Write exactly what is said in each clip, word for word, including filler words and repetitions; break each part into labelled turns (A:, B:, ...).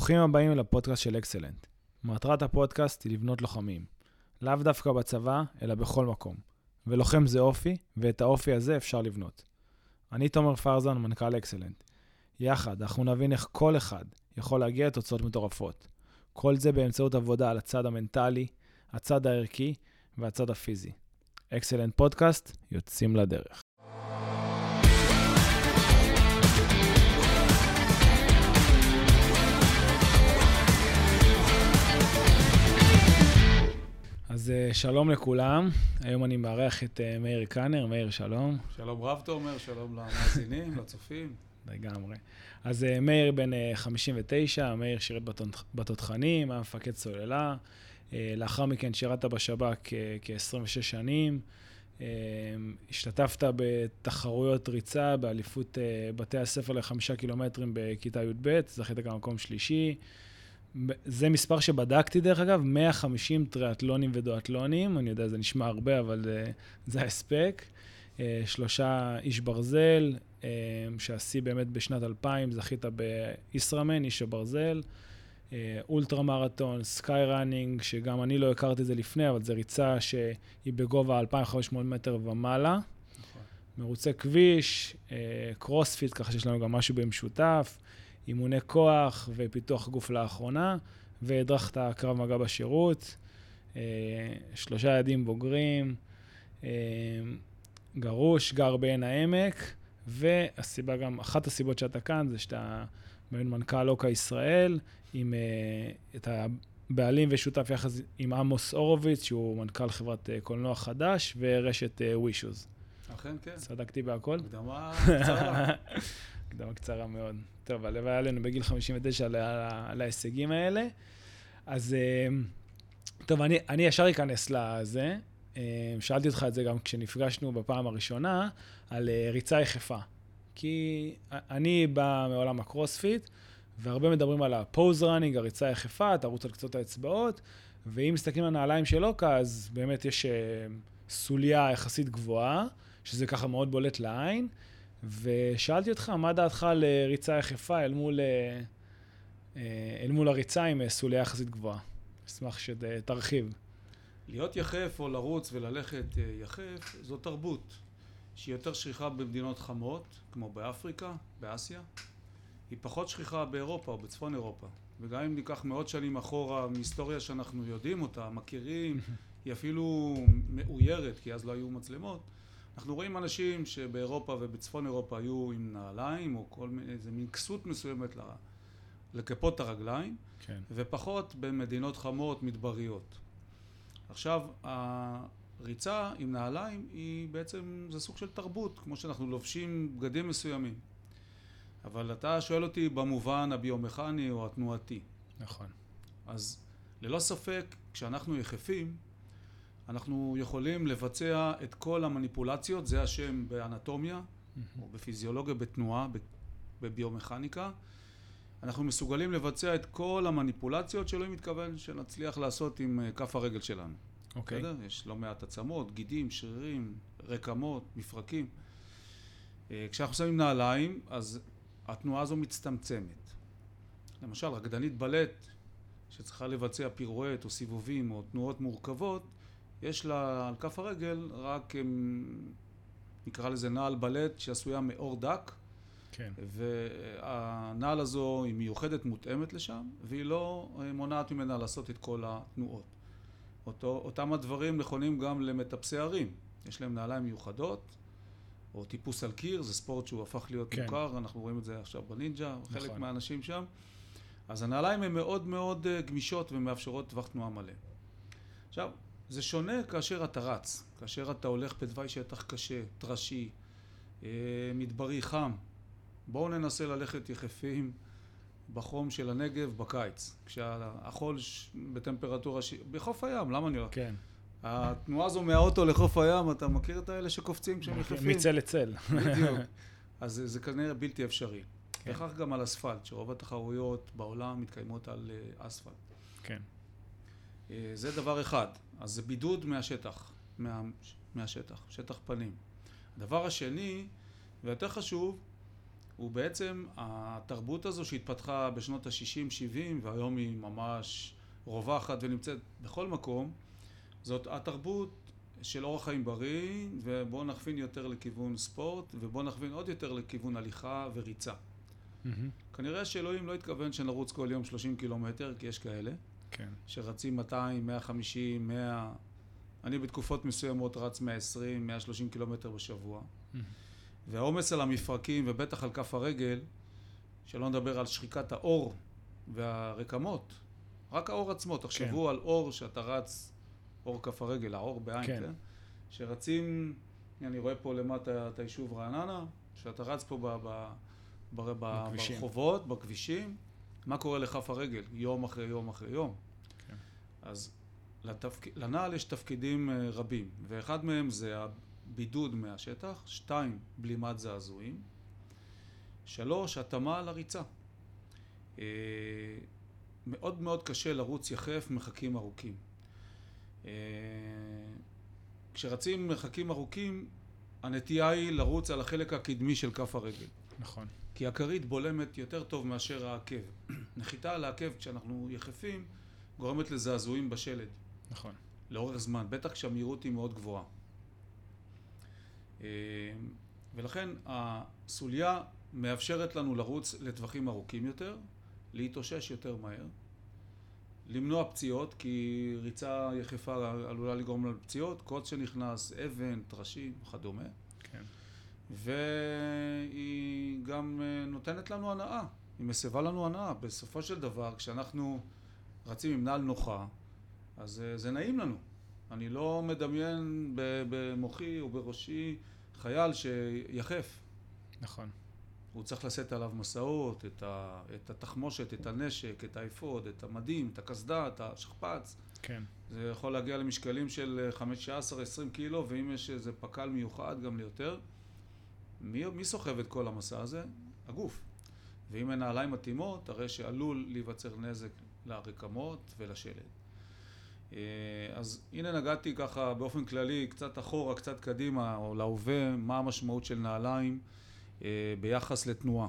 A: ברוכים הבאים לפודקאסט של אקסלנט. מטרת הפודקאסט היא לבנות לוחמים. לאו דווקא בצבא, אלא בכל מקום. ולוחם זה אופי, ואת האופי הזה אפשר לבנות. אני תומר פרזן, מנכ"ל אקסלנט. יחד, אנחנו נבין איך כל אחד יכול להגיע לתוצאות מטורפות. כל זה באמצעות עבודה על הצד המנטלי, הצד הערכי והצד הפיזי. אקסלנט פודקאסט, יוצאים לדרך. אז שלום לכולם, היום אני מארח את מאיר קאנר. מאיר, שלום.
B: שלום רב תומר, שלום למאזינים, לצופים.
A: לגמרי. אז מאיר בן חמישים ותשע, מאיר שירת בתותחנים, היה מפקד סוללה, לאחר מכן שירת בשב"כ כ-עשרים ושש שנים, השתתפת בתחרויות ריצה, באליפות בתי הספר לחמישה קילומטרים בכיתה י' ב', זכית גם מקום שלישי, זה מספר שבדקתי דרך אגב, מאה וחמישים טריאטלונים ודואטלונים, אני יודע, זה נשמע הרבה, אבל זה, זה ההספק. שלושה איש ברזל, שעשי באמת בשנת אלפיים, זכית בישרמן, איש הברזל, אולטרה מרתון, סקאי ראנינג, שגם אני לא הכרתי את זה לפני, אבל זה ריצה שהיא בגובה אלפיים וחמש מאות מטר ומעלה. נכון. מרוצי כביש, קרוספיט, ככה שיש לנו גם משהו במשותף, אימוני כוח ופיתוח גוף לאחרונה, והדרכת קרב מגע בשירות, שלושה ילדים בוגרים, גרוש, גר בעין העמק, והסיבה גם, אחת הסיבות שאתה כאן, זה שאתה מנכ"ל אוקה ישראל, עם את הבעלים ושותף יחד עם עמוס אורוביץ, שהוא מנכ"ל חברת קולנוע חדש, ורשת ווישוז.
B: אכן כן.
A: צדקתי בהכל?
B: הקדמה קצרה.
A: הקדמה קצרה מאוד. טוב, הלב היה לנו בגיל חמישים ותשע על ההישגים האלה. אז, טוב, אני, אני ישר אכנס לזה. שאלתי אותך את זה גם כשנפגשנו בפעם הראשונה, על ריצה יחפה. כי אני בא מעולם הקרוספיט, והרבה מדברים על הפוז ראנינג, הריצה יחפה, תרוץ על קצות האצבעות, ואם מסתכלים על הנעליים של אוקה, אז באמת יש סוליה יחסית גבוהה, שזה ככה מאוד בולט לעין, ושאלתי אותך, מה דעתך לריצה יחפה אל מול, אל מול הריצה עם סוליה יחסית גבוהה? אשמח שתרחיב.
B: להיות יחף או לרוץ וללכת יחף, זו תרבות שהיא יותר שכיחה במדינות חמות, כמו באפריקה, באסיה. היא פחות שכיחה באירופה או בצפון אירופה. וגם אם ניקח מאות שנים אחורה מהיסטוריה שאנחנו יודעים אותה, מכירים, היא אפילו מאוירת, כי אז לא היו מצלמות. אנחנו רואים אנשים שבאירופה ובצפון אירופה היו עם נעליים, או כל מיני, איזה מין כסות מסוימת לכפות הרגליים, כן. ופחות במדינות חמות, מדבריות. עכשיו, הריצה עם נעליים היא בעצם, זה סוג של תרבות, כמו שאנחנו לובשים בגדים מסוימים. אבל אתה שואל אותי במובן הביומכני או התנועתי.
A: נכון.
B: אז ללא ספק, כשאנחנו יחפים, אנחנו יכולים לבצע את כל המניפולציות, זה השם באנטומיה, mm-hmm. או בפיזיולוגיה, בתנועה, בביומכניקה. אנחנו מסוגלים לבצע את כל המניפולציות שלא מתכוון שנצליח לעשות עם כף הרגל שלנו.
A: אוקיי.
B: בסדר? יש לא מעט עצמות, גידים, שרירים, רקמות, מפרקים. כשאנחנו שמים נעליים, אז התנועה הזו מצטמצמת. למשל, רקדנית בלט, שצריכה לבצע פירואט או סיבובים או תנועות מורכבות, יש לה על כף הרגל רק, נקרא לזה נעל בלט, שעשויה מאור דק,
A: כן.
B: והנעל הזו היא מיוחדת, מותאמת לשם, והיא לא מונעת ממנה לעשות את כל התנועות. אותו, אותם הדברים נכונים גם למטפסי הרים. יש להם נעליים מיוחדות, או טיפוס על קיר, זה ספורט שהוא הפך להיות כן. מוכר, אנחנו רואים את זה עכשיו בנינג'ה, נכון. חלק מהאנשים שם. אז הנעליים הן מאוד מאוד גמישות ומאפשרות טווח תנועה מלא. עכשיו, זה שונה כאשר אתה רץ, כאשר אתה הולך בתוואי שטח קשה, טרשי, מדברי חם. בואו ננסה ללכת יחפים בחום של הנגב בקיץ, כשהחול בטמפרטורה, ש... בחוף הים, למה אני לא?
A: כן.
B: התנועה הזו מהאוטו לחוף הים, אתה מכיר את האלה שקופצים כשהם יחפים?
A: מצל לצל.
B: בדיוק. אז זה, זה כנראה בלתי אפשרי. כן. וכך גם על אספלט, שרוב התחרויות בעולם מתקיימות על אספלט.
A: כן.
B: זה דבר אחד. אז זה בידוד מהשטח, מה, מהשטח, שטח פנים. הדבר השני, ויותר חשוב, הוא בעצם התרבות הזו שהתפתחה בשנות ה-שישים שבעים, והיום היא ממש רווחת ונמצאת בכל מקום, זאת התרבות של אורח חיים בריא, ובואו נכווין יותר לכיוון ספורט, ובואו נכווין עוד יותר לכיוון הליכה וריצה. Mm-hmm. כנראה שאלוהים לא התכוון שנרוץ כל יום שלושים קילומטר, כי יש כאלה, כן. שרצים מאתיים, מאה וחמישים, מאה, אני בתקופות מסוימות רץ מאה ועשרים, מאה ושלושים קילומטר בשבוע. Mm-hmm. והעומס על המפרקים ובטח על כף הרגל, שלא נדבר על שחיקת האור והרקמות, רק האור עצמו, תחשבו כן. על אור שאתה רץ, אור כף הרגל, האור בעין, כן. כן? שרצים, אני רואה פה למטה את היישוב רעננה, שאתה רץ פה ב, ב, ב, ב, ברחובות, בכבישים, מה קורה לכף הרגל? יום אחרי יום אחרי יום. כן. אז לתפק... לנעל יש תפקידים רבים, ואחד מהם זה הבידוד מהשטח, שתיים, בלימת זעזועים, שלוש, התאמה לריצה. מאוד מאוד קשה לרוץ יחף מרחקים ארוכים. כשרצים מרחקים ארוכים, הנטייה היא לרוץ על החלק הקדמי של כף הרגל.
A: נכון.
B: כי הכרית בולמת יותר טוב מאשר העקב. נחיתה על העקב כשאנחנו יחפים גורמת לזעזועים בשלד.
A: נכון.
B: לאורך זמן, בטח כשהמהירות היא מאוד גבוהה. ולכן הסוליה מאפשרת לנו לרוץ לטווחים ארוכים יותר, להתאושש יותר מהר, למנוע פציעות, כי ריצה יחפה עלולה לגרום לפציעות, קוץ שנכנס, אבן, טרשים וכדומה.
A: כן.
B: והיא גם נותנת לנו הנאה, היא מסבה לנו הנאה. בסופו של דבר, כשאנחנו רצים עם נעל נוחה, אז זה נעים לנו. אני לא מדמיין במוחי או בראשי חייל שיחף.
A: נכון.
B: הוא צריך לשאת עליו מסעות, את, ה, את התחמושת, את הנשק, את האפוד, את המדים, את הקסדה, את השכפ"ץ.
A: כן.
B: זה יכול להגיע למשקלים של חמש עשרה עשרים קילו, ואם יש איזה פקל מיוחד גם ליותר. מי, מי סוחב את כל המסע הזה? הגוף. ואם אין נעליים מתאימות, הרי שעלול להיווצר נזק לרקמות ולשלד. אז הנה נגעתי ככה באופן כללי קצת אחורה, קצת קדימה, או להווה, מה המשמעות של נעליים ביחס לתנועה.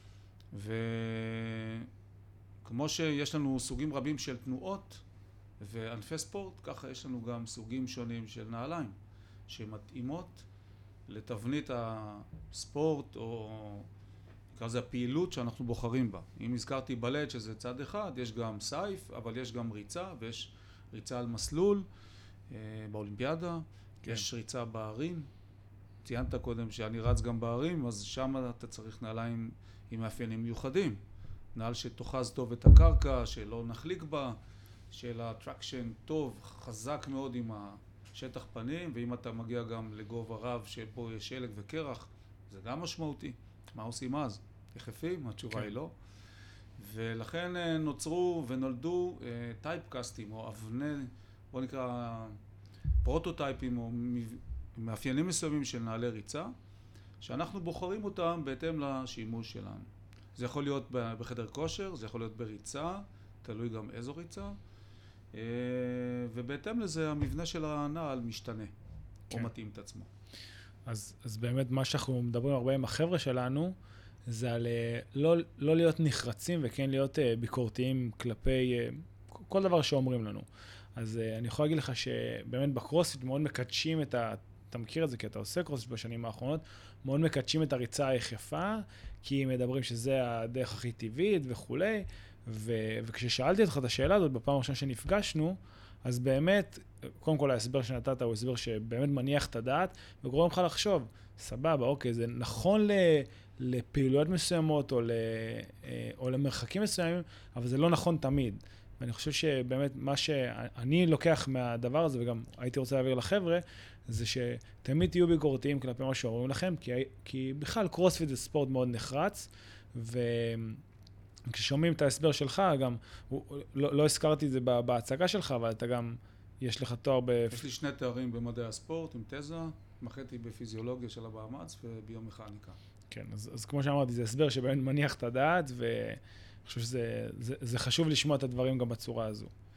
B: וכמו שיש לנו סוגים רבים של תנועות וענפי ספורט, ככה יש לנו גם סוגים שונים של נעליים שמתאימות לתבנית הספורט או נקרא לזה הפעילות שאנחנו בוחרים בה. אם הזכרתי בלט שזה צד אחד, יש גם סייף, אבל יש גם ריצה, ויש ריצה על מסלול באולימפיאדה, כן. יש ריצה בערים. ציינת קודם שאני רץ גם בערים, אז שם אתה צריך נעליים עם מאפיינים מיוחדים. נעל שתוחז טוב את הקרקע, שלא נחליק בה, של הטרקשן טוב, חזק מאוד עם השטח פנים, ואם אתה מגיע גם לגובה רב שבו יש שלג וקרח, זה גם משמעותי. מה עושים אז? יחפים? התשובה כן. היא לא. ולכן נוצרו ונולדו טייפקאסטים או אבני, בוא נקרא פרוטוטייפים או מאפיינים מסוימים של נעלי ריצה, שאנחנו בוחרים אותם בהתאם לשימוש שלנו. זה יכול להיות בחדר כושר, זה יכול להיות בריצה, תלוי גם איזו ריצה, ובהתאם לזה המבנה של הנעל משתנה, כן. או מתאים את עצמו.
A: אז, אז באמת מה שאנחנו מדברים הרבה עם החבר'ה שלנו, זה על לא, לא להיות נחרצים וכן להיות ביקורתיים כלפי כל דבר שאומרים לנו. אז אני יכול להגיד לך שבאמת בקרוספיט מאוד מקדשים את ה... אתה מכיר את זה כי אתה עושה קרוספיט בשנים האחרונות, מאוד מקדשים את הריצה היחפה, כי מדברים שזה הדרך הכי טבעית וכולי, ו... וכששאלתי אותך את השאלה הזאת בפעם הראשונה שנפגשנו, אז באמת, קודם כל ההסבר שנתת הוא הסבר שבאמת מניח את הדעת, וגורם לך לחשוב, סבבה, אוקיי, זה נכון ל... לפעילויות מסוימות או, ל... או למרחקים מסוימים, אבל זה לא נכון תמיד. ואני חושב שבאמת מה שאני לוקח מהדבר הזה, וגם הייתי רוצה להעביר לחבר'ה, זה שתמיד תהיו ביקורתיים כלפי מה שאומרים לכם, כי, כי בכלל קרוספיט זה ספורט מאוד נחרץ, וכששומעים את ההסבר שלך, גם, לא, לא הזכרתי את זה בהצגה שלך, אבל אתה גם, יש לך תואר ב...
B: יש לי שני תארים במדעי הספורט עם תזה, מחאתי בפיזיולוגיה של המאמץ וביומכניקה.
A: כן, אז, אז כמו שאמרתי, זה הסבר שבאמת מניח את הדעת, ואני חושב שזה זה, זה חשוב לשמוע את הדברים גם בצורה הזו.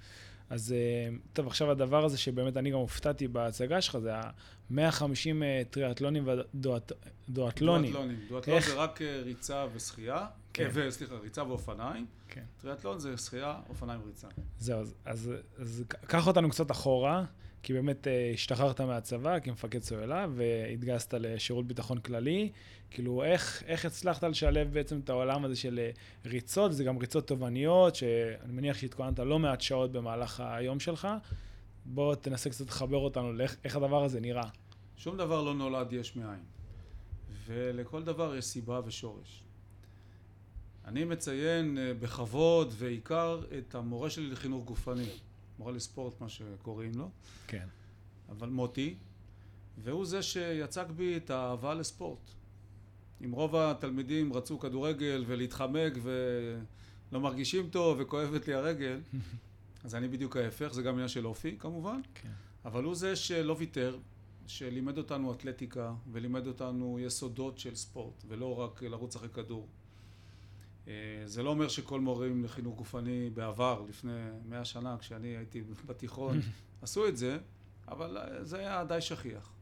A: אז טוב, עכשיו הדבר הזה שבאמת אני גם הופתעתי בהצגה שלך, זה ה-מאה וחמישים טריאטלונים ודואטלונים.
B: דואטלונים. דואטלון זה רק ריצה ושחייה, סליחה, ריצה ואופניים. טריאטלון זה שחייה, אופניים וריצה.
A: זהו, אז קח אותנו קצת אחורה, כי באמת השתחררת מהצבא כמפקד סוללה, והתגייסת לשירות ביטחון כללי. כאילו, איך, איך הצלחת לשלב בעצם את העולם הזה של ריצות, זה גם ריצות תובעניות, שאני מניח שהתכוננת לא מעט שעות במהלך היום שלך. בוא תנסה קצת לחבר אותנו לאיך איך הדבר הזה נראה.
B: שום דבר לא נולד יש מאין, ולכל דבר יש סיבה ושורש. אני מציין בכבוד ועיקר את המורה שלי לחינוך גופני, מורה לספורט, מה שקוראים לו.
A: כן.
B: אבל מוטי, והוא זה שיצק בי את האהבה לספורט. אם רוב התלמידים רצו כדורגל ולהתחמק ולא מרגישים טוב וכואבת לי הרגל, אז אני בדיוק ההפך, זה גם עניין של אופי כמובן, כן. אבל הוא זה שלא ויתר, שלימד אותנו אתלטיקה ולימד אותנו יסודות של ספורט, ולא רק לרוץ אחרי כדור. זה לא אומר שכל מורים לחינוך גופני בעבר, לפני מאה שנה, כשאני הייתי בתיכון, עשו את זה, אבל זה היה די שכיח.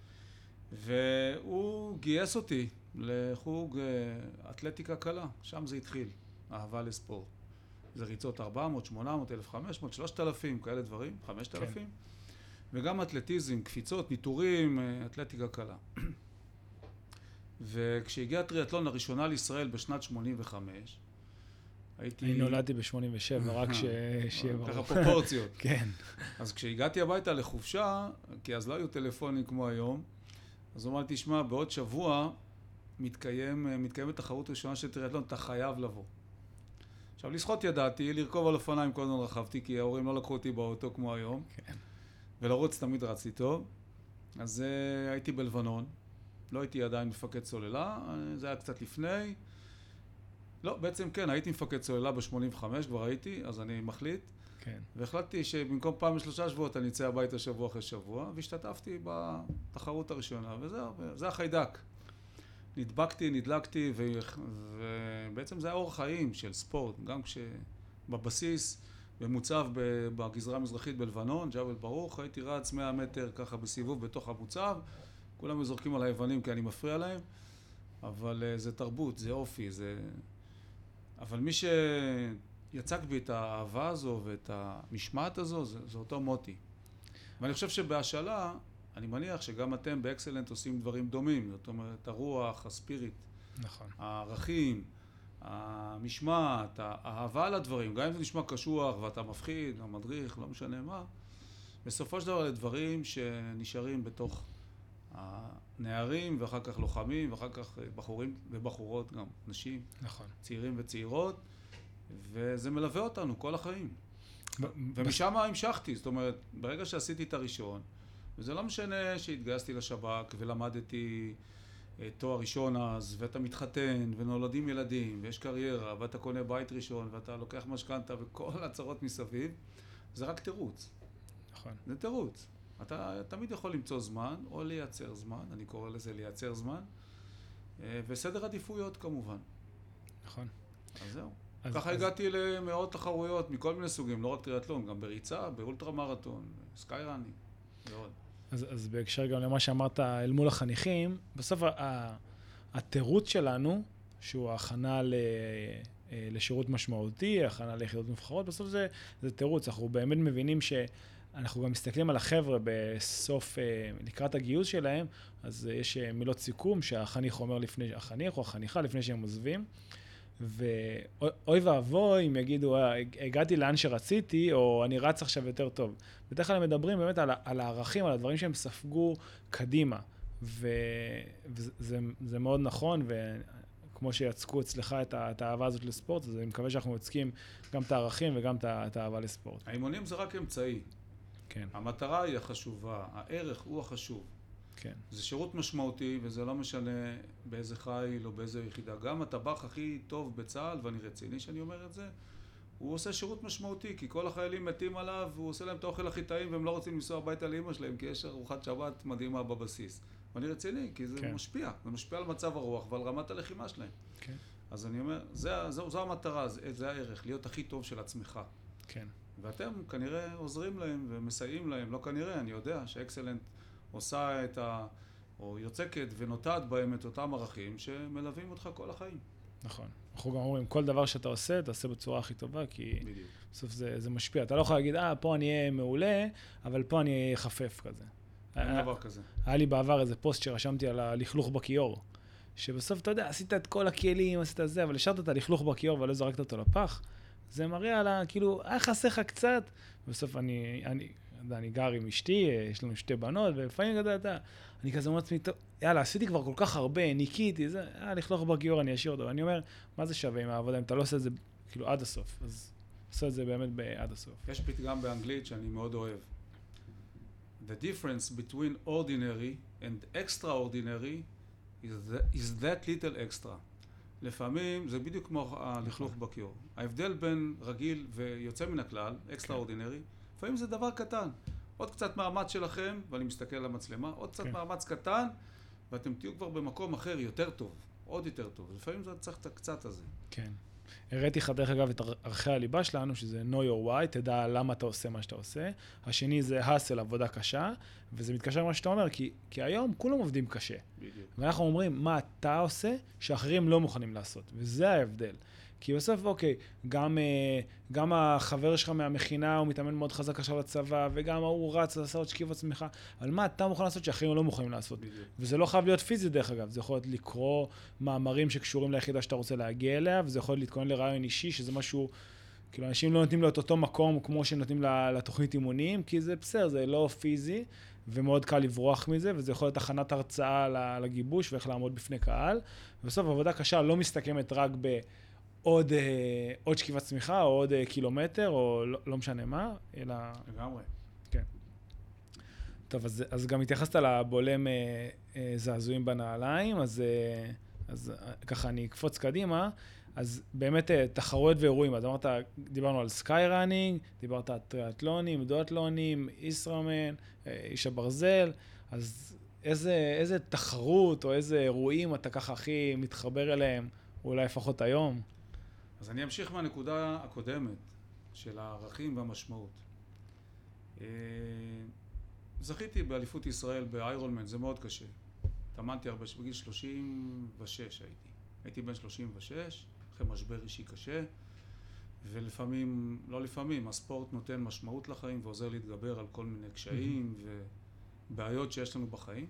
B: והוא גייס אותי לחוג אתלטיקה קלה, שם זה התחיל, אהבה לספורט. זה ריצות ארבע מאות, שמונה מאות, אלף וחמש מאות, שלושת אלפים, כאלה דברים, חמשת אלפים. כן. וגם אתלטיזם, קפיצות, ניטורים, אתלטיקה קלה. וכשהגיע הטריאטלון לראשונה לישראל בשנת שמונים וחמש, הייתי...
A: אני נולדתי ב-שמונים ושבע, רק שיהיה ברור.
B: ככה פרופורציות.
A: כן.
B: אז כשהגעתי הביתה לחופשה, כי אז לא היו טלפונים כמו היום, אז הוא אמר, תשמע, בעוד שבוע מתקיים, מתקיימת תחרות ראשונה של טריאטלון, אתה חייב לבוא. עכשיו, לשחות ידעתי, לרכוב על אופניים כל הזמן רכבתי, כי ההורים לא לקחו אותי באוטו כמו היום. כן. ולרוץ תמיד רצתי טוב. אז uh, הייתי בלבנון, לא הייתי עדיין מפקד סוללה, זה היה קצת לפני. לא, בעצם כן, הייתי מפקד סוללה ב-שמונים וחמש, כבר הייתי, אז אני מחליט.
A: כן.
B: והחלטתי שבמקום פעם בשלושה שבועות אני אצא הביתה שבוע אחרי שבוע, והשתתפתי בתחרות הראשונה, וזהו, זה החיידק. נדבקתי, נדלקתי, ו... ובעצם זה היה אורח חיים של ספורט, גם כשבבסיס, במוצב בגזרה המזרחית בלבנון, ג'בל ברוך, הייתי רץ מאה מטר ככה בסיבוב בתוך המוצב, כולם זורקים על היוונים כי אני מפריע להם, אבל זה תרבות, זה אופי, זה... אבל מי שיצק בי את האהבה הזו ואת המשמעת הזו, זה, זה אותו מוטי. ואני חושב שבהשאלה, אני מניח שגם אתם באקסלנט עושים דברים דומים, זאת אומרת, הרוח, הספיריט,
A: נכון.
B: הערכים, המשמעת, האהבה לדברים, גם אם זה נשמע קשוח ואתה מפחיד, המדריך, לא משנה מה, בסופו של דבר לדברים שנשארים בתוך הנערים ואחר כך לוחמים ואחר כך בחורים ובחורות, גם נשים,
A: נכון.
B: צעירים וצעירות, וזה מלווה אותנו כל החיים. ומשם המשכתי, זאת אומרת, ברגע שעשיתי את הראשון, וזה לא משנה שהתגייסתי לשב"כ ולמדתי תואר ראשון אז, ואתה מתחתן ונולדים ילדים ויש קריירה ואתה קונה בית ראשון ואתה לוקח משכנתה וכל הצרות מסביב, זה רק תירוץ.
A: נכון.
B: זה תירוץ. אתה תמיד יכול למצוא זמן או לייצר זמן, אני קורא לזה לייצר זמן, וסדר עדיפויות כמובן.
A: נכון.
B: אז זהו. אז, ככה אז... הגעתי למאות תחרויות מכל מיני סוגים, לא רק טריאטלון, גם בריצה, באולטרה מרתון, סקייראני ועוד.
A: אז, אז בהקשר גם למה שאמרת אל מול החניכים, בסוף התירוץ שלנו, שהוא ההכנה ל, לשירות משמעותי, ההכנה ליחידות מבחרות, בסוף זה, זה תירוץ. אנחנו באמת מבינים שאנחנו גם מסתכלים על החבר'ה בסוף, לקראת הגיוס שלהם, אז יש מילות סיכום שהחניך אומר לפני, החניך או החניכה לפני שהם עוזבים, ואוי ואבוי אם יגידו, הגעתי לאן שרציתי, או אני רץ עכשיו יותר טוב. בדרך כלל הם מדברים באמת על, על הערכים, על הדברים שהם ספגו קדימה. ו, וזה זה מאוד נכון, וכמו שיצקו אצלך את, את האהבה הזאת לספורט, אז אני מקווה שאנחנו יוצקים גם את הערכים וגם את, את האהבה לספורט.
B: האימונים זה רק אמצעי.
A: כן.
B: המטרה היא החשובה, הערך הוא החשוב.
A: כן.
B: זה שירות משמעותי, וזה לא משנה באיזה חיל או באיזה יחידה. גם הטבח הכי טוב בצה"ל, ואני רציני שאני אומר את זה, הוא עושה שירות משמעותי, כי כל החיילים מתים עליו, והוא עושה להם את האוכל הכי טעים, והם לא רוצים לנסוע הביתה לאמא שלהם, כי יש ארוחת שבת מדהימה בבסיס. ואני רציני, כי זה כן. משפיע. זה משפיע על מצב הרוח ועל רמת הלחימה שלהם.
A: כן.
B: אז אני אומר, זה, זה, זו המטרה, זה, זה הערך, להיות הכי טוב של עצמך.
A: כן.
B: ואתם כנראה עוזרים להם ומסייעים להם, לא כנראה, אני יודע שאקסלנט עושה את ה... או יוצקת ונוטעת בהם את אותם ערכים שמלווים אותך כל החיים.
A: נכון. אנחנו גם אומרים, כל דבר שאתה עושה, תעשה בצורה הכי טובה, כי
B: בדיוק.
A: בסוף זה, זה משפיע. אתה לא יכול להגיד, אה, פה אני אהיה מעולה, אבל פה אני אהיה חפף כזה.
B: אין דבר כזה.
A: היה לי בעבר איזה פוסט שרשמתי על הלכלוך בכיור, שבסוף, אתה יודע, עשית את כל הכלים, עשית את זה, אבל השארת את הלכלוך בכיור ולא זרקת אותו לפח. זה מראה על ה... כאילו, אה, חסר לך קצת. בסוף אני, אני, אני גר עם אשתי, יש לנו שתי בנות, ולפעמים, אתה יודע, אני כזה אומר לעצמי, טוב, יאללה, עשיתי כבר כל כך הרבה, ניקיתי, זה, אה, לכלוך בכיור, אני אשאיר אותו. ואני אומר, מה זה שווה עם העבודה? אם אתה לא עושה את זה, כאילו, עד הסוף. אז עושה את זה באמת עד הסוף.
B: יש פתגם באנגלית שאני מאוד אוהב. The difference between ordinary and extraordinary is that, is that little extra. לפעמים זה בדיוק כמו הלכלוך בכיור. ההבדל בין רגיל ויוצא מן הכלל, extraordinary, לפעמים זה דבר קטן. עוד קצת מאמץ שלכם, ואני מסתכל על המצלמה, עוד קצת מאמץ קטן, ואתם תהיו כבר במקום אחר יותר טוב, עוד יותר טוב. לפעמים זה צריך את הקצת הזה.
A: כן. הראיתי לך דרך אגב את ערכי הליבה שלנו, שזה know your why, תדע למה אתה עושה מה שאתה עושה. השני זה hustle, עבודה קשה, וזה מתקשר למה שאתה אומר, כי, כי היום כולם עובדים קשה.
B: בדיוק.
A: ואנחנו אומרים, מה אתה עושה שאחרים לא מוכנים לעשות, וזה ההבדל. כי בסוף, אוקיי, גם, גם החבר שלך מהמכינה, הוא מתאמן מאוד חזק עכשיו לצבא, וגם הוא רץ לעשות עוד שקיף עצמך, אבל מה אתה מוכן לעשות שאחרים לא מוכנים לעשות?
B: בדיוק.
A: וזה לא חייב להיות פיזי דרך אגב, זה יכול להיות לקרוא מאמרים שקשורים ליחידה שאתה רוצה להגיע אליה, וזה יכול להיות להתכונן לרעיון אישי, שזה משהו, כאילו אנשים לא נותנים לו את אותו מקום כמו שנותנים לתוכנית אימונים, כי זה בסדר, זה לא פיזי, ומאוד קל לברוח מזה, וזה יכול להיות הכנת הרצאה לגיבוש ואיך לעמוד בפני קהל. ובסוף עבודה קשה לא מסתכמת רק ב עוד, עוד שכיבת צמיחה, או עוד קילומטר, או לא, לא משנה מה, אלא...
B: לגמרי.
A: כן. טוב, אז, אז גם התייחסת לבולם אה, אה, זעזועים בנעליים, אז, אה, אז ככה אני אקפוץ קדימה, אז באמת אה, תחרויות ואירועים, אז אמרת, דיברנו על סקאי ראנינג, דיברת על טריאטלונים, דואטלונים, ישראמן, אה, איש הברזל, אז איזה, איזה תחרות או איזה אירועים אתה ככה הכי מתחבר אליהם, אולי לפחות היום?
B: אז אני אמשיך מהנקודה הקודמת של הערכים והמשמעות. זכיתי באליפות ישראל באיירונמן, זה מאוד קשה. התאמנתי הרבה, בגיל שלושים ושש הייתי. הייתי בן שלושים ושש, אחרי משבר אישי קשה, ולפעמים, לא לפעמים, הספורט נותן משמעות לחיים ועוזר להתגבר על כל מיני קשיים ובעיות שיש לנו בחיים.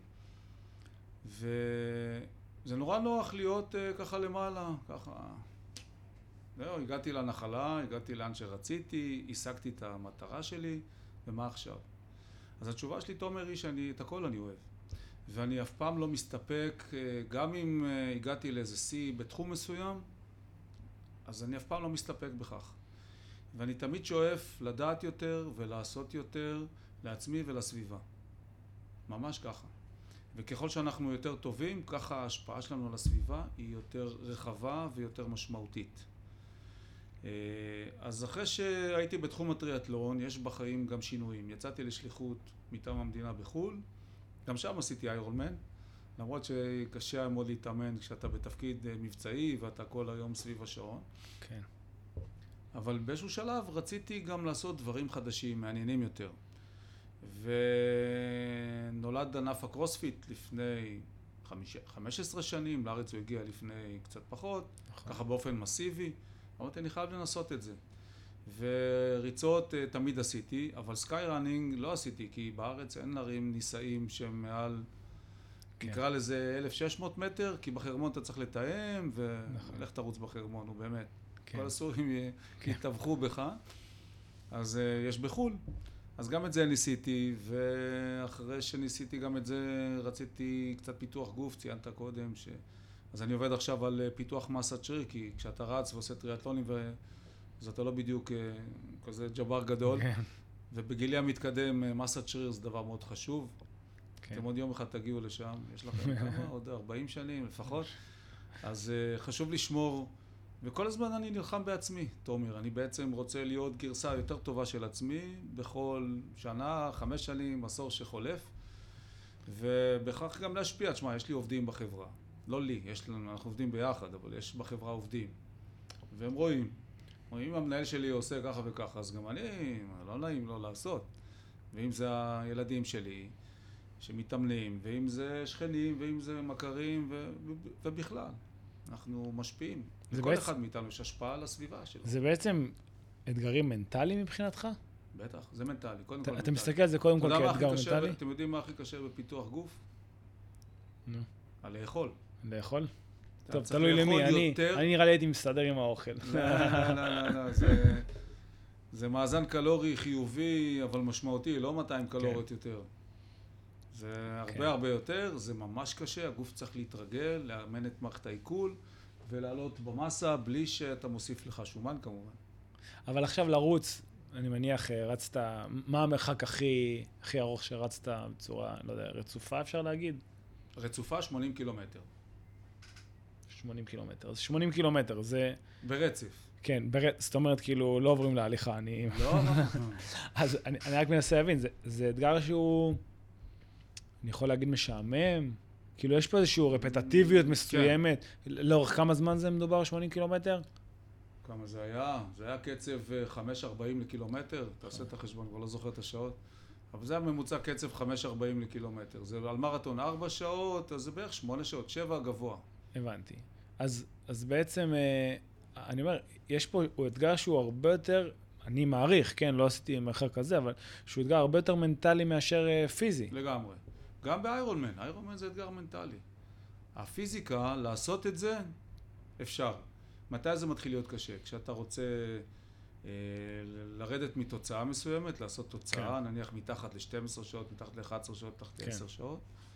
B: וזה נורא נוח להיות ככה למעלה, ככה... זהו, הגעתי לנחלה, הגעתי לאן שרציתי, השגתי את המטרה שלי, ומה עכשיו? אז התשובה שלי, תומר, היא שאני, את הכל אני אוהב. ואני אף פעם לא מסתפק, גם אם הגעתי לאיזה שיא בתחום מסוים, אז אני אף פעם לא מסתפק בכך. ואני תמיד שואף לדעת יותר ולעשות יותר לעצמי ולסביבה. ממש ככה. וככל שאנחנו יותר טובים, ככה ההשפעה שלנו על הסביבה היא יותר רחבה ויותר משמעותית. אז אחרי שהייתי בתחום הטריאטלון, יש בחיים גם שינויים. יצאתי לשליחות מטעם המדינה בחול, גם שם עשיתי איירונמן, למרות שקשה מאוד להתאמן כשאתה בתפקיד מבצעי ואתה כל היום סביב השעון.
A: כן. אבל
B: באיזשהו שלב רציתי גם לעשות דברים חדשים, מעניינים יותר. ונולד ענף הקרוספיט לפני חמש עשרה שנים, לארץ הוא הגיע לפני קצת פחות, ככה באופן מסיבי. אמרתי, אני חייב לנסות את זה. וריצות תמיד עשיתי, אבל סקאי ראנינג לא עשיתי, כי בארץ אין להרים ניסאים שהם מעל, כן. נקרא לזה אלף ושש מאות מטר, כי בחרמון אתה צריך לתאם, ולך תרוץ בחרמון, הוא באמת. כן. כל הסורים כן. יתווכו בך. אז uh, יש בחול. אז גם את זה ניסיתי, ואחרי שניסיתי גם את זה, רציתי קצת פיתוח גוף, ציינת קודם ש... אז אני עובד עכשיו על פיתוח מסת שריר, כי כשאתה רץ ועושה טריאטלונים, אז אתה לא בדיוק כזה ג'בר גדול, ובגילי המתקדם, מסת שריר זה דבר מאוד חשוב. אתם עוד יום אחד תגיעו לשם, יש לכם כמה, עוד ארבעים שנים לפחות. אז חשוב לשמור, וכל הזמן אני נלחם בעצמי, תומר. אני בעצם רוצה להיות גרסה יותר טובה של עצמי, בכל שנה, חמש שנים, עשור שחולף, ובכך גם להשפיע. תשמע, יש לי עובדים בחברה. לא לי, יש לנו, אנחנו עובדים ביחד, אבל יש בחברה עובדים. והם רואים. אם המנהל שלי עושה ככה וככה, אז גם אני, לא נעים לא לעשות. ואם זה הילדים שלי שמתאמנים, ואם זה שכנים, ואם זה מכרים, ו... ובכלל. אנחנו משפיעים. לכל בעצם... אחד מאיתנו יש השפעה על הסביבה שלו.
A: זה בעצם אתגרים מנטליים מבחינתך?
B: בטח, זה מנטלי. קודם
A: ת,
B: כל מנטלי.
A: אתה מסתכל על זה קודם כל כאתגר מנטלי?
B: אתם יודעים מה הכי קשה בפיתוח גוף?
A: נו.
B: על לאכול.
A: לאכול? טוב, תלוי למי. אני, אני נראה לי הייתי מסתדר עם האוכל.
B: לא, לא, לא, לא. זה, זה מאזן קלורי חיובי, אבל משמעותי, לא מאתיים קלוריות כן. יותר. זה הרבה כן. הרבה יותר, זה ממש קשה, הגוף צריך להתרגל, לאמן את מערכת העיכול, ולעלות במסה בלי שאתה מוסיף לך שומן כמובן.
A: אבל עכשיו לרוץ, אני מניח, רצת, מה המרחק הכי, הכי ארוך שרצת בצורה, לא יודע, רצופה אפשר להגיד?
B: רצופה שמונים קילומטר.
A: שמונים קילומטר. אז שמונים קילומטר, זה...
B: ברצף.
A: כן, ברצף, זאת אומרת, כאילו, לא עוברים להליכה, אני...
B: לא, לא.
A: אז אני, אני רק מנסה להבין, זה, זה אתגר שהוא, אני יכול להגיד משעמם, כאילו, יש פה איזושהי רפטטיביות מסוימת. כן. לאורך כמה זמן זה מדובר, שמונים קילומטר?
B: כמה זה היה? זה היה קצב חמש ארבעים לקילומטר, תעשה את החשבון, כבר לא זוכר את השעות. אבל זה הממוצע קצב חמש ארבעים לקילומטר. זה על מרתון ארבע שעות, אז זה בערך שמונה שעות, שבע גבוה.
A: הבנתי. אז, אז בעצם, אני אומר, יש פה, הוא אתגר שהוא הרבה יותר, אני מעריך, כן, לא עשיתי מחר כזה, אבל שהוא אתגר הרבה יותר מנטלי מאשר פיזי.
B: לגמרי. גם באיירונמן, איירונמן זה אתגר מנטלי. הפיזיקה, לעשות את זה, אפשר. מתי זה מתחיל להיות קשה? כשאתה רוצה אה, לרדת מתוצאה מסוימת, לעשות תוצאה, כן. נניח מתחת ל-שתים עשרה שעות, מתחת ל-אחת עשרה שעות, מתחת ל-עשר כן. שעות.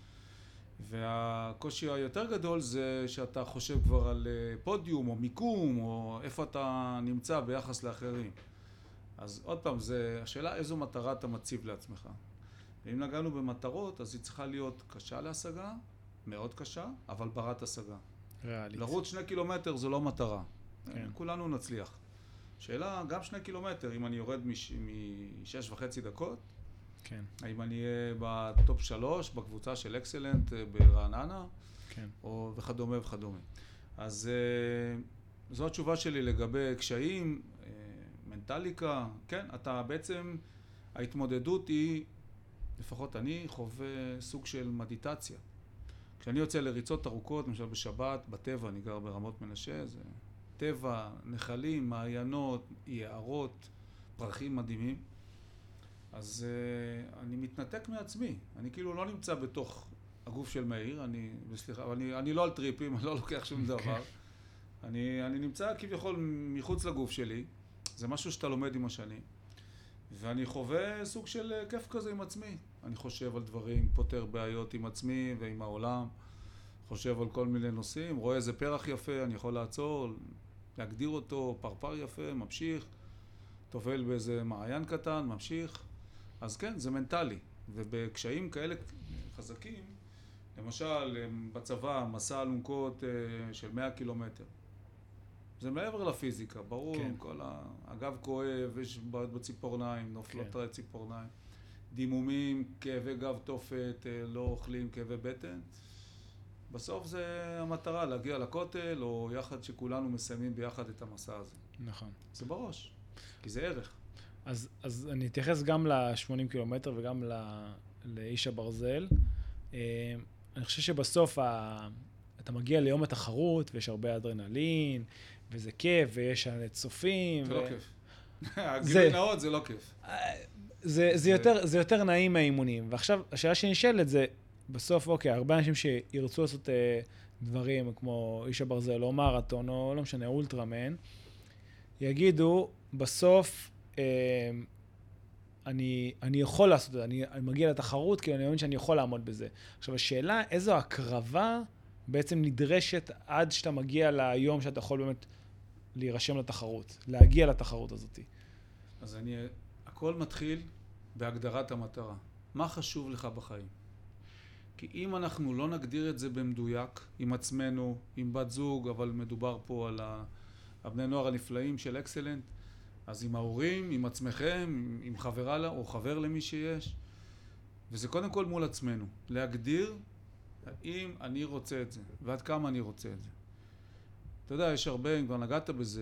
B: והקושי היותר גדול זה שאתה חושב כבר על פודיום או מיקום, או איפה אתה נמצא ביחס לאחרים. אז עוד פעם, זה השאלה איזו מטרה אתה מציב לעצמך. ואם נגענו במטרות, אז היא צריכה להיות קשה להשגה, מאוד קשה, אבל ברת השגה.
A: ריאלית.
B: לרוץ שני קילומטר זו לא מטרה.
A: כן.
B: כולנו נצליח. שאלה, גם שני קילומטר, אם אני יורד משש וחצי דקות,
A: כן.
B: האם אני אהיה בטופ שלוש, בקבוצה של אקסלנט ברעננה,
A: כן.
B: או וכדומה וכדומה. אז זו התשובה שלי לגבי קשיים, מנטליקה, כן, אתה בעצם, ההתמודדות היא, לפחות אני חווה סוג של מדיטציה. כשאני יוצא לריצות ארוכות, למשל בשבת, בטבע, אני גר ברמות מנשה, זה טבע, נחלים, מעיינות, יערות, פרחים מדהימים. אז uh, אני מתנתק מעצמי, אני כאילו לא נמצא בתוך הגוף של מאיר, אני, בסליחה, אבל אני, אני לא על טריפים, אני לא לוקח שום דבר. אני, אני נמצא כביכול מחוץ לגוף שלי, זה משהו שאתה לומד עם השנים. ואני חווה סוג של כיף כזה עם עצמי. אני חושב על דברים, פותר בעיות עם עצמי ועם העולם, חושב על כל מיני נושאים, רואה איזה פרח יפה, אני יכול לעצור, להגדיר אותו, פרפר יפה, ממשיך, תובל באיזה מעיין קטן, ממשיך. אז כן, זה מנטלי. ובקשיים כאלה חזקים, למשל בצבא, מסע אלונקות של מאה קילומטר. זה מעבר לפיזיקה, ברור, כן. כל הגב כואב, יש בעיות בציפורניים, נופלות כן. ציפורניים, דימומים, כאבי גב תופת, לא אוכלים, כאבי בטן. בסוף זה המטרה, להגיע לכותל, או יחד שכולנו מסיימים ביחד את המסע הזה.
A: נכון.
B: זה בראש, כי זה ערך.
A: אז, אז אני אתייחס גם ל-שמונים קילומטר וגם ל- לאיש הברזל. אני חושב שבסוף ה... אתה מגיע ליום התחרות, ויש הרבה אדרנלין, וזה כיף, ויש צופים.
B: זה
A: ו...
B: לא כיף. הגילוי נאות זה לא כיף.
A: זה, זה, יותר, זה יותר נעים מהאימונים. ועכשיו, השאלה שנשאלת זה, בסוף, אוקיי, הרבה אנשים שירצו לעשות אה, דברים כמו איש הברזל, או מרתון, או לא משנה, אולטרמן, יגידו, בסוף, אה, אני, אני יכול לעשות את זה, אני, אני מגיע לתחרות, כי אני מאמין שאני יכול לעמוד בזה. עכשיו, השאלה, איזו הקרבה בעצם נדרשת עד שאתה מגיע ליום שאתה יכול באמת להירשם לתחרות, להגיע לתחרות הזאת.
B: אז אני, הכל מתחיל בהגדרת המטרה. מה חשוב לך בחיים? כי אם אנחנו לא נגדיר את זה במדויק, עם עצמנו, עם בת זוג, אבל מדובר פה על הבני נוער הנפלאים של אקסלנט, אז עם ההורים, עם עצמכם, עם חברה לה, או חבר למי שיש, וזה קודם כל מול עצמנו. להגדיר האם אני רוצה את זה, ועד כמה אני רוצה את זה. אתה יודע, יש הרבה, אם כבר נגעת בזה,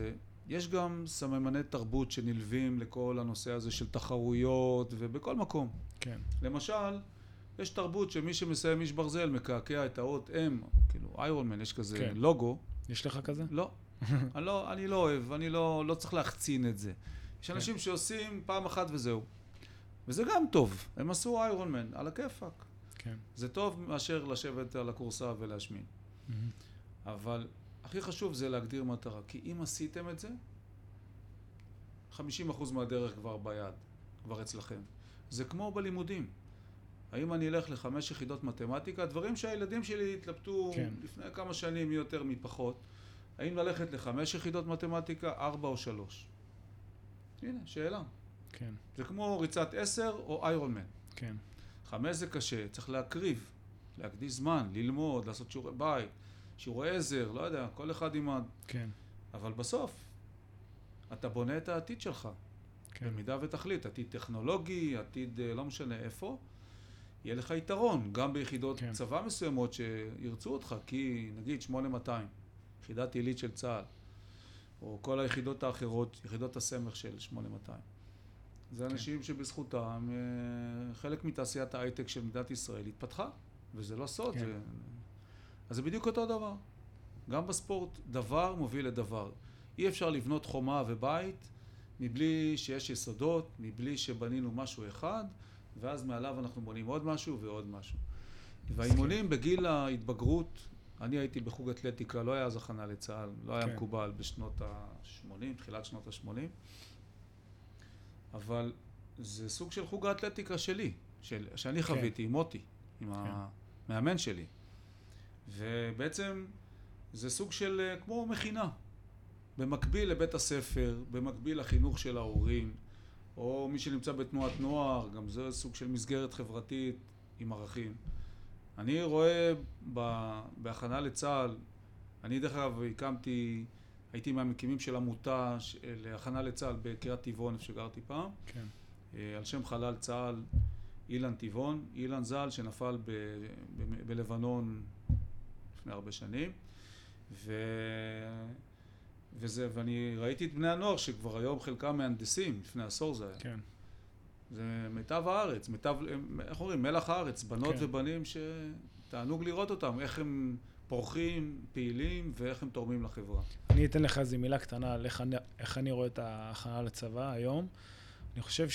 B: יש גם סממני תרבות שנלווים לכל הנושא הזה של תחרויות ובכל מקום.
A: כן.
B: למשל, יש תרבות שמי שמסיים איש ברזל מקעקע את האות M, כאילו איירון מן, יש כזה
A: כן.
B: לוגו.
A: יש לך כזה?
B: לא. אני לא, אני לא אוהב, אני לא, לא צריך להחצין את זה. יש אנשים שעושים פעם אחת וזהו. וזה גם טוב. הם עשו איירון מן, על הכיפק.
A: כן.
B: זה טוב מאשר לשבת על הקורסה ולהשמין. אבל הכי חשוב זה להגדיר מטרה. כי אם עשיתם את זה, חמישים אחוז מהדרך כבר ביד, כבר אצלכם. זה כמו בלימודים. האם אני אלך לחמש יחידות מתמטיקה? דברים שהילדים שלי התלבטו
A: כן.
B: לפני כמה שנים יותר מפחות. האם ללכת לחמש יחידות מתמטיקה, ארבע או שלוש? הנה, שאלה.
A: כן.
B: זה כמו ריצת עשר או איירון מן.
A: כן.
B: חמש זה קשה, צריך להקריב, להקדיש זמן, ללמוד, לעשות שיעורי בית, שיעורי עזר, לא יודע, כל אחד עם ה...
A: כן.
B: אבל בסוף, אתה בונה את העתיד שלך.
A: כן.
B: במידה ותחליט, עתיד טכנולוגי, עתיד לא משנה איפה, יהיה לך יתרון, גם ביחידות
A: כן.
B: צבא מסוימות שירצו אותך, כי נגיד שמונה מאתיים, יחידת עילית של צה"ל, או כל היחידות האחרות, יחידות הסמך של שמונה מאתיים. זה אנשים שבזכותם, חלק מתעשיית ההייטק של מדינת ישראל התפתחה, וזה לא סוד.
A: כן.
B: זה... אז זה בדיוק אותו דבר. גם בספורט, דבר מוביל לדבר. אי אפשר לבנות חומה ובית מבלי שיש יסודות, מבלי שבנינו משהו אחד, ואז מעליו אנחנו בונים עוד משהו ועוד משהו. והאימונים בגיל ההתבגרות, אני הייתי בחוג אתלטיקה, לא היה אז הכנה לצה"ל, לא היה
A: כן.
B: מקובל בשנות ה-שמונים, תחילת שנות ה-שמונים, אבל זה סוג של חוג האתלטיקה שלי, של, שאני
A: כן.
B: חוויתי עם מוטי, עם
A: כן.
B: המאמן שלי. ובעצם זה סוג של כמו מכינה, במקביל לבית הספר, במקביל לחינוך של ההורים, או מי שנמצא בתנועת נוער, גם זה סוג של מסגרת חברתית עם ערכים. אני רואה בהכנה לצה"ל, אני דרך אגב הקמתי, הייתי מהמקימים של עמותה להכנה לצה"ל בקריית טבעון, איפה שגרתי פעם.
A: כן.
B: על שם חלל צה"ל אילן טבעון, אילן ז"ל שנפל ב, ב, בלבנון לפני הרבה שנים. ו... וזה, ואני ראיתי את בני הנוער שכבר היום חלקם מהנדסים, לפני עשור זה היה.
A: כן.
B: זה מיטב הארץ, מיטב, איך אומרים, מלח הארץ, בנות
A: כן.
B: ובנים שתענוג לראות אותם, איך הם פורחים, פעילים ואיך הם תורמים לחברה.
A: אני אתן לך איזו מילה קטנה על איך אני, איך אני רואה את ההכנה לצבא היום. אני חושב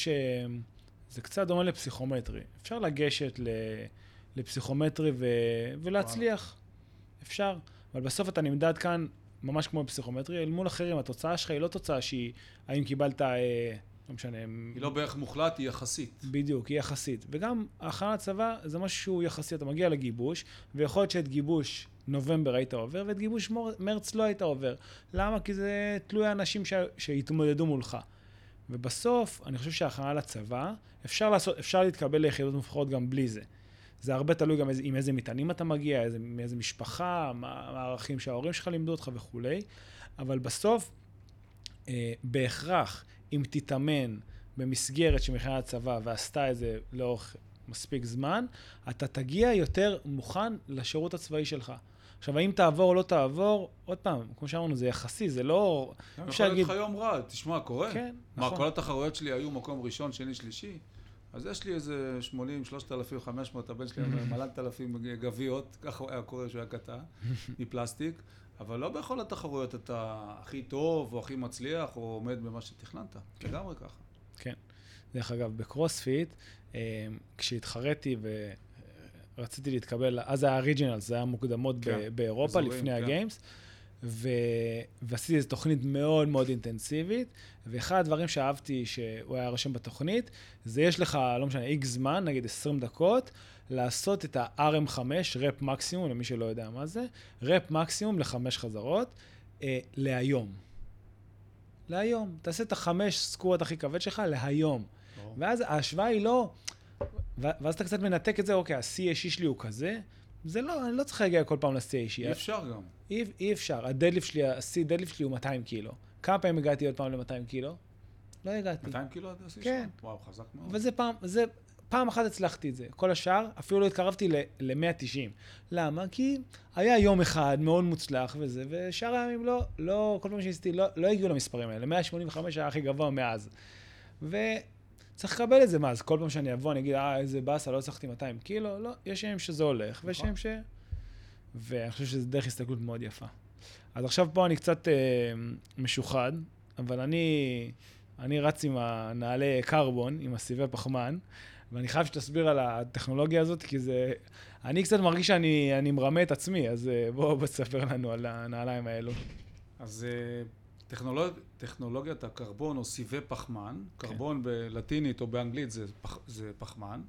A: שזה קצת דומה לפסיכומטרי. אפשר לגשת לפסיכומטרי ו... ולהצליח. אפשר. אבל בסוף אתה נמדד כאן ממש כמו בפסיכומטרי, אל מול אחרים. התוצאה שלך היא לא תוצאה שהיא, האם קיבלת, אה, לא משנה.
B: היא לא בערך מוחלט, היא יחסית.
A: בדיוק, היא יחסית. וגם ההכנה לצבא זה משהו שהוא יחסי. אתה מגיע לגיבוש, ויכול להיות שאת גיבוש נובמבר היית עובר, ואת גיבוש מרץ לא היית עובר. למה? כי זה תלוי האנשים ש... שהתמודדו מולך. ובסוף, אני חושב שההכנה לצבא, אפשר לעשות, אפשר להתקבל ליחידות מובחרות גם בלי זה. זה הרבה תלוי גם עם איזה מטענים אתה מגיע, איזה, מאיזה משפחה, מה הערכים שההורים שלך לימדו אותך וכולי. אבל בסוף, אה, בהכרח, אם תתאמן במסגרת של מכינה לצבא ועשתה את זה לאורך מספיק זמן, אתה תגיע יותר מוכן לשירות הצבאי שלך. עכשיו, האם תעבור או לא תעבור, עוד פעם, כמו שאמרנו, זה יחסי, זה לא...
B: יכול להיות לך יום רע, תשמע, קורה.
A: כן,
B: מה,
A: נכון.
B: כל התחרויות שלי היו מקום ראשון, שני, שלישי, אז יש לי איזה שמונים, שלושת אלפים וחמש מאות, הבן שלי מלנת אלפים גביעות, ככה היה קורה שהוא היה קטן, מפלסטיק, אבל לא בכל התחרויות אתה הכי טוב, או הכי מצליח, או עומד במה שתכננת. לגמרי ככה.
A: כן. דרך אגב, בקרוספיט, כשהתחרתי ו... רציתי להתקבל, אז היה ריג'ינל, זה היה מוקדמות כן, באירופה אזורים, לפני כן. הגיימס, ו... ועשיתי איזו תוכנית מאוד מאוד אינטנסיבית, ואחד הדברים שאהבתי שהוא היה רשם בתוכנית, זה יש לך, לא משנה, איקס זמן, נגיד עשרים דקות, לעשות את ה-אר אם חמש, רפ מקסימום, למי שלא יודע מה זה, רפ מקסימום לחמש חזרות, אה, להיום. להיום. תעשה את החמש סקורות הכי כבד שלך להיום. או. ואז ההשוואה היא לא... ואז אתה קצת מנתק את זה, אוקיי, ה-סי אישי שלי הוא כזה, זה לא, אני לא צריך להגיע כל פעם ל-סי אישי.
B: אי אפשר גם.
A: אי, אי אפשר. הדדליפט שלי, ה-סי דדליפט שלי הוא מאתיים קילו. כמה פעמים הגעתי עוד פעם ל-מאתיים קילו? לא הגעתי.
B: מאתיים קילו עד ה-סי?
A: כן.
B: וואו, חזק מאוד.
A: וזה פעם, זה פעם אחת הצלחתי את זה. כל השאר, אפילו לא התקרבתי ל-מאה ותשעים. למה? כי היה יום אחד מאוד מוצלח וזה, ושאר הימים לא, לא, כל פעם שעשיתי, לא, לא הגיעו למספרים האלה. מאה שמונים וחמש היה הכי גבוה מאז. וצריך לקבל את זה, מה? אז כל פעם שאני אבוא, אני אגיד, אה, איזה באסה, לא הצלחתי מאתיים קילו. לא, יש ימים שזה הולך, ויש ימים ש... ואני חושב שזה דרך הסתכלות מאוד יפה. אז עכשיו פה אני קצת אה, משוחד, אבל אני, אני רץ עם הנעלי קרבון, עם הסיבי פחמן, ואני חייב שתסביר על הטכנולוגיה הזאת, כי זה... אני קצת מרגיש שאני אני מרמה את עצמי, אז בואו בוא תספר לנו על הנעליים האלו.
B: אז טכנולוג... טכנולוגיית הקרבון או סיבי פחמן, כן. קרבון בלטינית או באנגלית זה, פח... זה פחמן.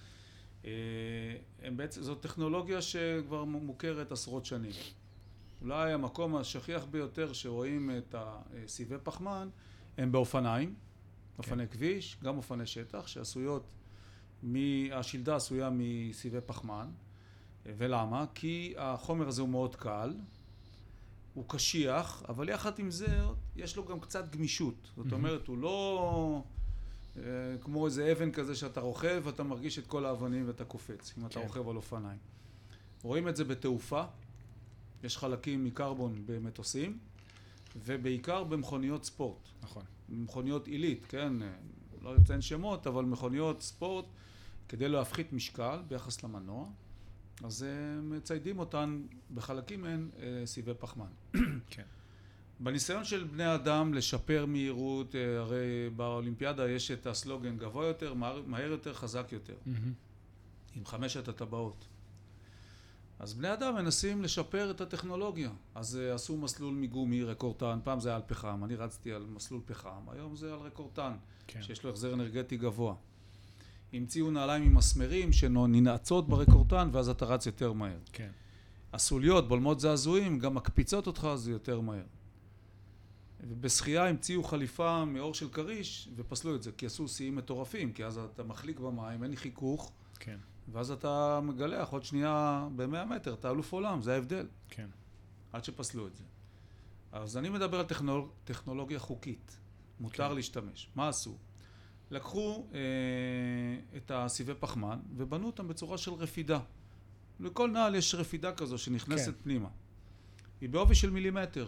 B: הם בעצם, זו טכנולוגיה שכבר מוכרת עשרות שנים. אולי המקום השכיח ביותר שרואים את הסיבי פחמן הם באופניים, אופני כן. כביש, גם אופני שטח, שעשויות, השלדה עשויה מסיבי פחמן. ולמה? כי החומר הזה הוא מאוד קל, הוא קשיח, אבל יחד עם זה יש לו גם קצת גמישות. זאת אומרת, הוא לא כמו איזה אבן כזה שאתה רוכב ואתה מרגיש את כל האבנים ואתה קופץ, אם אתה כן. רוכב על אופניים. רואים את זה בתעופה, יש חלקים מקרבון במטוסים, ובעיקר במכוניות ספורט.
A: נכון.
B: מכוניות עילית, כן? לא אציין שמות, אבל מכוניות ספורט, כדי להפחית משקל ביחס למנוע, אז מציידים אותן בחלקים מהן סיבי פחמן.
A: כן.
B: בניסיון של בני אדם לשפר מהירות, הרי באולימפיאדה יש את הסלוגן גבוה יותר, מהר, מהר יותר, חזק יותר. Mm-hmm. עם חמשת הטבעות. אז בני אדם מנסים לשפר את הטכנולוגיה. אז עשו מסלול מגומי, רקורטן, פעם זה היה על פחם, אני רצתי על מסלול פחם, היום זה על רקורטן, כן. שיש לו החזר אנרגטי גבוה. המציאו נעליים עם מסמרים שננעצות ברקורטן ואז אתה רץ יותר מהר.
A: כן.
B: הסוליות, בולמות זעזועים, גם מקפיצות אותך אז זה יותר מהר. ובשחייה המציאו חליפה מאור של קריש ופסלו את זה, כי עשו שיאים מטורפים, כי אז אתה מחליק במים, אין חיכוך,
A: כן.
B: ואז אתה מגלח עוד שנייה ב-מאה מטר, אתה אלוף עולם, זה ההבדל.
A: כן.
B: עד שפסלו את זה. אז אני מדבר על טכנול... טכנולוגיה חוקית, מותר כן. להשתמש. מה עשו? לקחו אה, את הסיבי פחמן ובנו אותם בצורה של רפידה. לכל נעל יש רפידה כזו שנכנסת כן. פנימה. היא בעובי של מילימטר.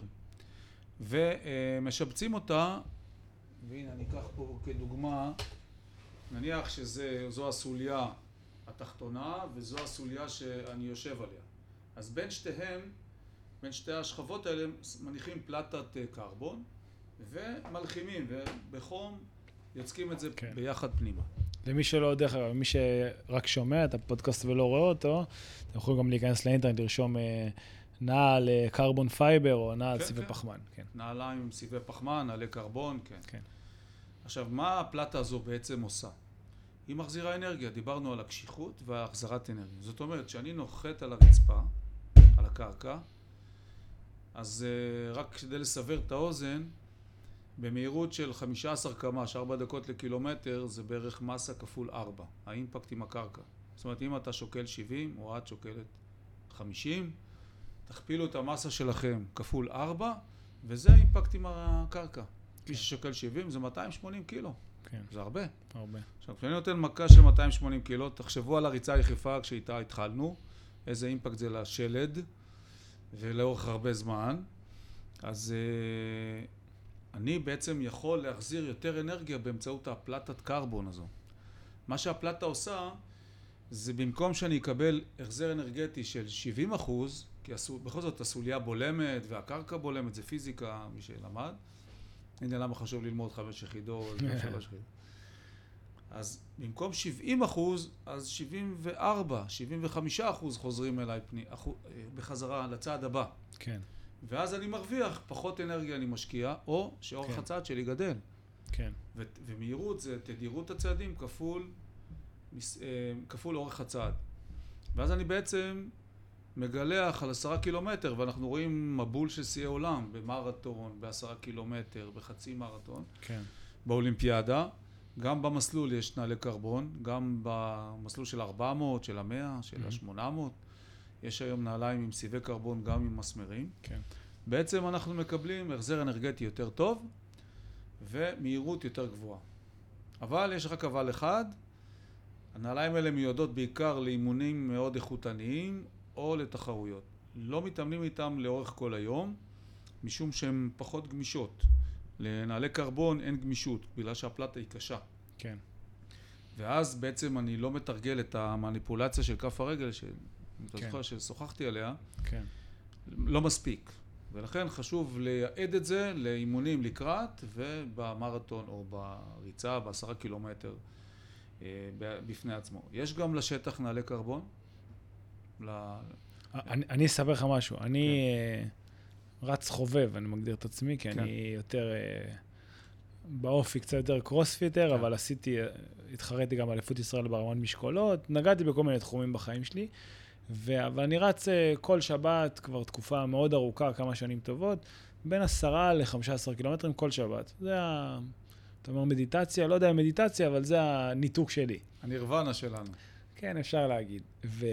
B: ומשבצים אותה, והנה אני אקח פה כדוגמה, נניח שזו הסוליה התחתונה וזו הסוליה שאני יושב עליה. אז בין שתיהם, בין שתי השכבות האלה מניחים פלטת קרבון ומלחימים ובחום יוצקים את זה כן. ביחד פנימה.
A: למי שלא יודע, מי שרק שומע את הפודקאסט ולא רואה אותו, אתם יכולים גם להיכנס לאינטרנט, לרשום נעל קרבון פייבר או נעל
B: כן,
A: סיבי
B: כן.
A: פחמן. כן.
B: נעליים עם סיבי פחמן, נעלי קרבון, כן.
A: כן.
B: עכשיו, מה הפלטה הזו בעצם עושה? היא מחזירה אנרגיה, דיברנו על הקשיחות והחזרת אנרגיה. זאת אומרת, כשאני נוחת על הרצפה, על הקרקע, אז uh, רק כדי לסבר את האוזן, במהירות של חמישה עשר קמ"ש, ארבע דקות לקילומטר, זה בערך מסה כפול ארבע, האימפקט עם הקרקע. זאת אומרת, אם אתה שוקל שבעים או את שוקלת חמישים, תכפילו את המסה שלכם כפול ארבע, וזה האימפקט עם הקרקע. מי ששוקל שבעים זה מאתיים ושמונים קילו.
A: כן.
B: זה הרבה.
A: הרבה.
B: עכשיו, כשאני נותן מכה של מאתיים ושמונים קילו, תחשבו על הריצה היחיפה כשאיתה התחלנו, איזה אימפקט זה לשלד, ולאורך הרבה זמן. אז uh, אני בעצם יכול להחזיר יותר אנרגיה באמצעות הפלטת קרבון הזו. מה שהפלטה עושה, זה במקום שאני אקבל החזר אנרגטי של שבעים אחוז, כי הסול, בכל זאת הסוליה בולמת והקרקע בולמת, זה פיזיקה, מי שלמד. הנה למה חשוב ללמוד חמש יחידות, שלוש יחידות. אז במקום שבעים אחוז, אז שבעים וארבע, שבעים וחמישה אחוז חוזרים אליי פני, אחוז, בחזרה לצעד הבא.
A: כן.
B: ואז אני מרוויח, פחות אנרגיה אני משקיע, או שאורך כן. הצעד שלי גדל.
A: כן.
B: ו- ומהירות זה תדירות הצעדים כפול, כפול אורך הצעד. ואז אני בעצם מגלח על עשרה קילומטר, ואנחנו רואים מבול של שיאי עולם, במרתון, בעשרה קילומטר, בחצי מרתון.
A: כן.
B: באולימפיאדה. גם במסלול יש נעלי קרבון, גם במסלול של ארבע מאות, של המאה, של ה-שמונה מאות. יש היום נעליים עם סיבי קרבון, גם עם מסמרים.
A: כן.
B: בעצם אנחנו מקבלים החזר אנרגטי יותר טוב, ומהירות יותר גבוהה. אבל יש רק אבל אחד, הנעליים האלה מיועדות בעיקר לאימונים מאוד איכותניים או לתחרויות. לא מתאמנים איתם לאורך כל היום, משום שהן פחות גמישות. לנעלי קרבון אין גמישות, בגלל שהפלטה היא קשה.
A: כן.
B: ואז בעצם אני לא מתרגל את המניפולציה של כף הרגל, שאתה כן. זוכר ששוחחתי עליה,
A: כן.
B: לא מספיק. ולכן חשוב לייעד את זה לאימונים לקראת, ובמרתון או בריצה, בעשרה קילומטר בפני עצמו. יש גם לשטח נעלי קרבון? ל...
A: אני, אני אספר לך משהו. אני כן. רץ חובב, אני מגדיר את עצמי, כי כן. אני יותר... באופי קצת יותר קרוספיטר, כן. אבל עשיתי, התחרתי גם אליפות ישראל ברמת משקולות, נגעתי בכל מיני תחומים בחיים שלי, ו... ואני רץ כל שבת, כבר תקופה מאוד ארוכה, כמה שנים טובות, בין עשרה ל-חמישה עשר קילומטרים כל שבת. זה ה... אתה אומר מדיטציה, לא יודע אם מדיטציה, אבל זה הניתוק שלי.
B: הנירוונה שלנו.
A: כן, אפשר להגיד.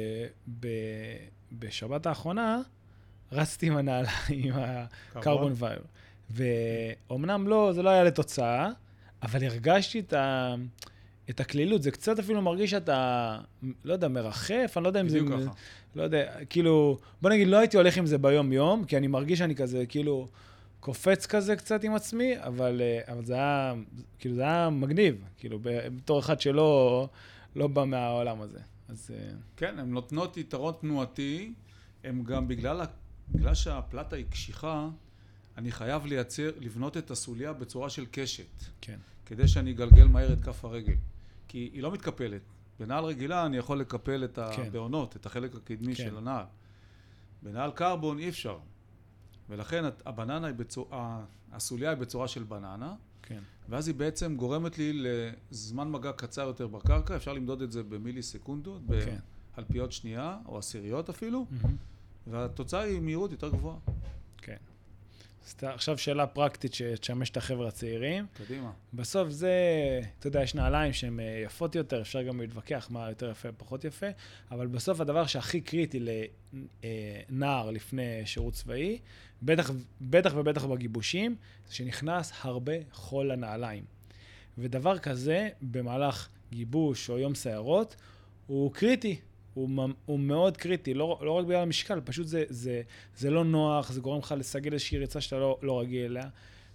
A: ובשבת האחרונה, רצתי עם הנעלה, עם הקרבון וייב. ואומנם לא, זה לא היה לתוצאה, אבל הרגשתי את, ה... את הכלילות. זה קצת אפילו מרגיש שאתה, לא יודע, מרחף, אני לא יודע אם זה...
B: בדיוק ככה.
A: לא יודע, כאילו, בוא נגיד, לא הייתי הולך עם זה ביום יום, כי אני מרגיש שאני כזה, כאילו, קופץ כזה קצת עם עצמי, אבל, אבל זה היה, כאילו, זה היה מגניב, כאילו, בתור אחד שלא, לא בא מהעולם הזה. אז...
B: כן, הן נותנות יתרון תנועתי, הם גם בגלל, בגלל שהפלטה היא קשיחה, אני חייב לייצר, לבנות את הסוליה בצורה של קשת.
A: כן.
B: כדי שאני אגלגל מהר את כף הרגל. כי היא לא מתקפלת. בנעל רגילה אני יכול לקפל את הבעונות, את החלק הקדמי של הנעל. בנעל קרבון אי אפשר. ולכן הבננה היא בצורה, הסוליה היא בצורה של בננה,
A: כן.
B: ואז היא בעצם גורמת לי לזמן מגע קצר יותר בקרקע, אפשר למדוד את זה במילי סקונדות,
A: כן.
B: באלפיות שנייה, או עשיריות אפילו,
A: Mm-hmm.
B: והתוצאה היא מהירות יותר גבוהה.
A: כן. אז עכשיו שאלה פרקטית שתשמש את החבר'ה הצעירים.
B: קדימה.
A: בסוף זה, אתה יודע, יש נעליים שהן יפות יותר, אפשר גם להתווכח מה יותר יפה, פחות יפה, אבל בסוף הדבר שהכי קריטי לנער לפני שירות צבאי, בטח, בטח ובטח בגיבושים, זה שנכנס הרבה חול לנעליים. ודבר כזה, במהלך גיבוש או יום סיירות, הוא קריטי. הוא, הוא מאוד קריטי, לא, לא רק בגלל המשקל, פשוט זה, זה, זה לא נוח, זה גורם לך לסגל איזושהי ריצה שאתה לא, לא רגיל אליה.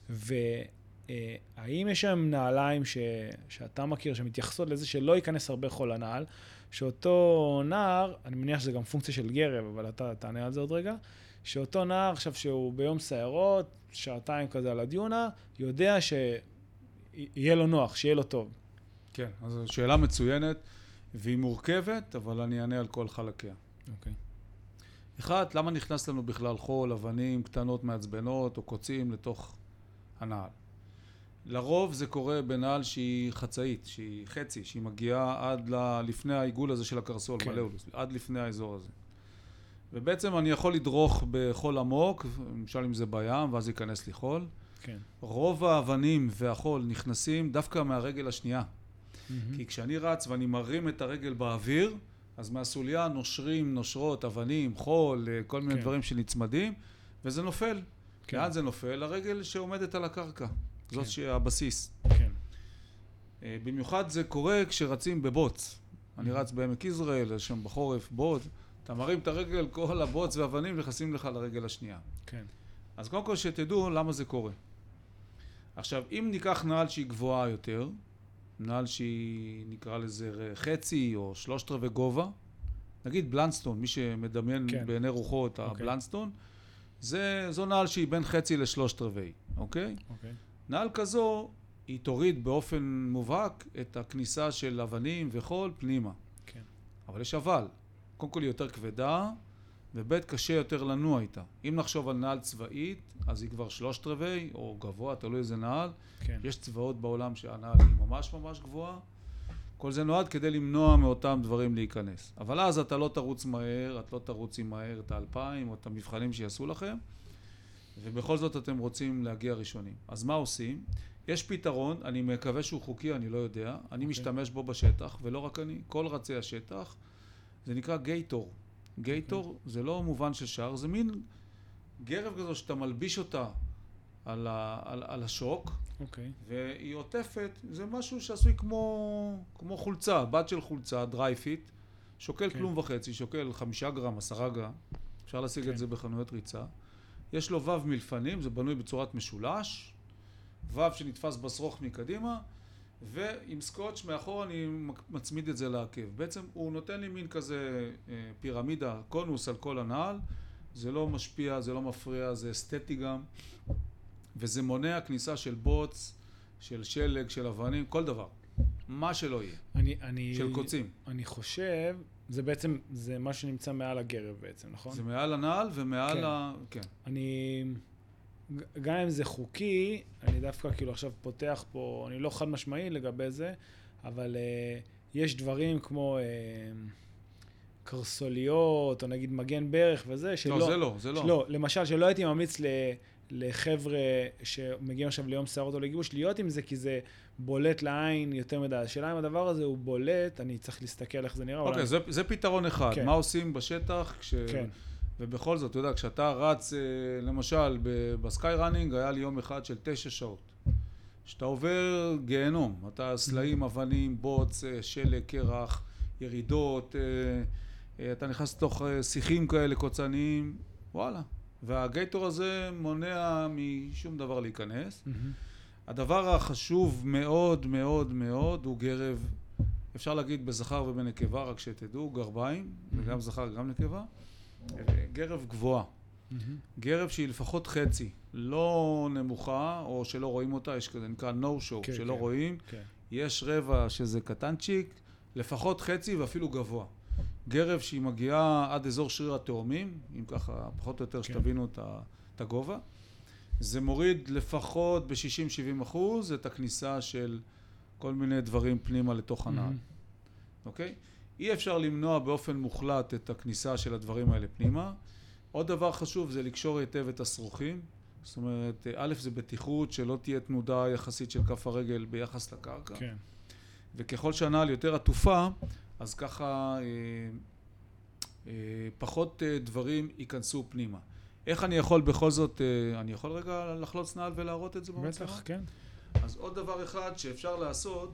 A: והאם יש שם נעליים ש, שאתה מכיר, שמתייחסות לזה שלא ייכנס הרבה חול לנעל, שאותו נער, אני מניח שזה גם פונקציה של גרב, אבל אתה תענה על זה עוד רגע, שאותו נער עכשיו שהוא ביום סיירות, שעתיים כזה על הדיונה, יודע שיהיה לו נוח, שיהיה לו טוב.
B: כן, אז זו שאלה מצוינת. והיא מורכבת, אבל אני אענה על כל חלקיה.
A: אוקיי.
B: אחד, למה נכנס לנו בכלל חול, אבנים, קטנות מעצבנות או קוצים לתוך הנעל? לרוב זה קורה בנעל שהיא חצאית, שהיא חצי, שהיא מגיעה עד לפני העיגול הזה של הקרסול,
A: כן.
B: מלאולוס, עד לפני האזור הזה. ובעצם אני יכול לדרוך בחול עמוק, למשל אם זה בים, ואז ייכנס לי חול.
A: כן.
B: רוב האבנים והחול נכנסים דווקא מהרגל השנייה.
A: Mm-hmm.
B: כי כשאני רץ ואני מרים את הרגל באוויר, אז מהסוליה נושרים, נושרות, אבנים, חול, כל מיני כן. דברים שנצמדים, וזה נופל. כן. לאן זה נופל? הרגל שעומדת על הקרקע. כן. זאת שהבסיס.
A: כן.
B: במיוחד זה קורה כשרצים בבוץ. Mm-hmm. אני רץ בעמק יזרעאל, שם בחורף, בוץ. אתה מרים את הרגל, כל הבוץ ואבנים נכנסים לך לרגל השנייה.
A: כן.
B: אז קודם כל שתדעו למה זה קורה. עכשיו, אם ניקח נעל שהיא גבוהה יותר, נעל שהיא נקרא לזה חצי או שלושת רבעי גובה, נגיד בלנסטון, מי שמדמיין כן. בעיני רוחו את הבלנסטון, זה, זו נעל שהיא בין חצי לשלושת רבעי, אוקיי?
A: אוקיי.
B: נעל כזו, היא תוריד באופן מובהק את הכניסה של אבנים וחול פנימה.
A: כן.
B: אבל יש אבל, קודם כל היא יותר כבדה, ובית קשה יותר לנוע איתה. אם נחשוב על נעל צבאית, אז היא כבר שלושת רבעי, או גבוה, תלוי איזה נעל.
A: כן.
B: יש צבאות בעולם שהנעל היא ממש ממש גבוהה. כל זה נועד כדי למנוע מאותם דברים להיכנס. אבל אז אתה לא תרוץ מהר, את לא תרוצי מהר את האלפיים, או את המבחנים שיעשו לכם, ובכל זאת אתם רוצים להגיע ראשונים. אז מה עושים? יש פתרון, אני מקווה שהוא חוקי, אני לא יודע. אני okay. משתמש בו בשטח, ולא רק אני, כל רצי השטח. זה נקרא גייטור. גייטור זה לא מובן של שער, זה מין גרב כזו שאתה מלביש אותה על, ה, על, על השוק,
A: אוקיי.
B: והיא עוטפת, זה משהו שעשוי כמו, כמו חולצה, בת של חולצה, דרי פיט, שוקל
A: כן.
B: כלום וחצי, שוקל חמישה גרם, עשרה גרם, אפשר להשיג
A: כן.
B: את זה בחנויות ריצה. יש לו וו מלפנים, זה בנוי בצורת משולש, וו שנתפס בשרוך מקדימה, ועם סקוץ' מאחור אני מצמיד את זה לעקב. בעצם הוא נותן לי מין כזה פירמידה, קונוס על כל הנעל, זה לא משפיע, זה לא מפריע, זה אסתטי גם, וזה מונע כניסה של בוץ, של שלג, של אבנים, כל דבר. מה שלא יהיה.
A: אני, אני,
B: של קוצים.
A: אני חושב, זה בעצם, זה מה שנמצא מעל הגרב בעצם, נכון?
B: זה מעל הנעל ומעל
A: כן.
B: ה... כן.
A: אני, גם אם זה חוקי, אני דווקא כאילו עכשיו פותח פה, אני לא חד משמעי לגבי זה, אבל uh, יש דברים כמו uh, קרסוליות, או נגיד מגן ברך וזה, שלא...
B: לא, זה לא, זה לא.
A: שלא, למשל, שלא הייתי ממליץ ל... לחבר'ה שמגיעים עכשיו ליום שערות או לגיבוש, להיות עם זה, כי זה בולט לעין יותר מדי. השאלה אם הדבר הזה הוא בולט, אני צריך להסתכל איך זה נראה.
B: אוקיי, זה, זה פתרון אחד.
A: כן.
B: מה עושים בשטח? כש...
A: כן.
B: ובכל זאת, אתה יודע, כשאתה רץ, למשל, בסקאי ראנינג, היה לי יום אחד של תשע שעות. שאתה עובר גיהנום, אתה סלעים, אבנים, בוץ, שלג, קרח, ירידות, אתה נכנס לתוך שיחים כאלה קוצניים, וואלה. והגייטור הזה מונע משום דבר להיכנס.
A: Mm-hmm.
B: הדבר החשוב מאוד מאוד מאוד הוא גרב, אפשר להגיד בזכר ובנקבה, רק שתדעו, גרביים, mm-hmm. וגם זכר גם נקבה, גרב גבוהה. Mm-hmm. גרב שהיא לפחות חצי, לא נמוכה או שלא רואים אותה, יש כזה נקרא no show, okay, שלא okay. רואים, okay. יש רבע שזה קטנצ'יק, לפחות חצי ואפילו גבוה. גרב שהיא מגיעה עד אזור שריר התאומים, אם ככה פחות או יותר כן. שתבינו את הגובה, זה מוריד לפחות ב-שישים שבעים אחוז את הכניסה של כל מיני דברים פנימה לתוך הנעל. Mm-hmm. אוקיי? אי אפשר למנוע באופן מוחלט את הכניסה של הדברים האלה פנימה. עוד דבר חשוב זה לקשור היטב את השרוכים. זאת אומרת, א' זה בטיחות, שלא תהיה תנודה יחסית של כף הרגל ביחס לקרקע. כן. וככל שהנעל יותר עטופה, אז ככה אה, אה, פחות אה, דברים ייכנסו פנימה. איך אני יכול בכל זאת, אה, אני יכול רגע לחלוץ נעל ולהראות את זה במצלמה?
A: בטח, כן.
B: אז עוד דבר אחד שאפשר לעשות,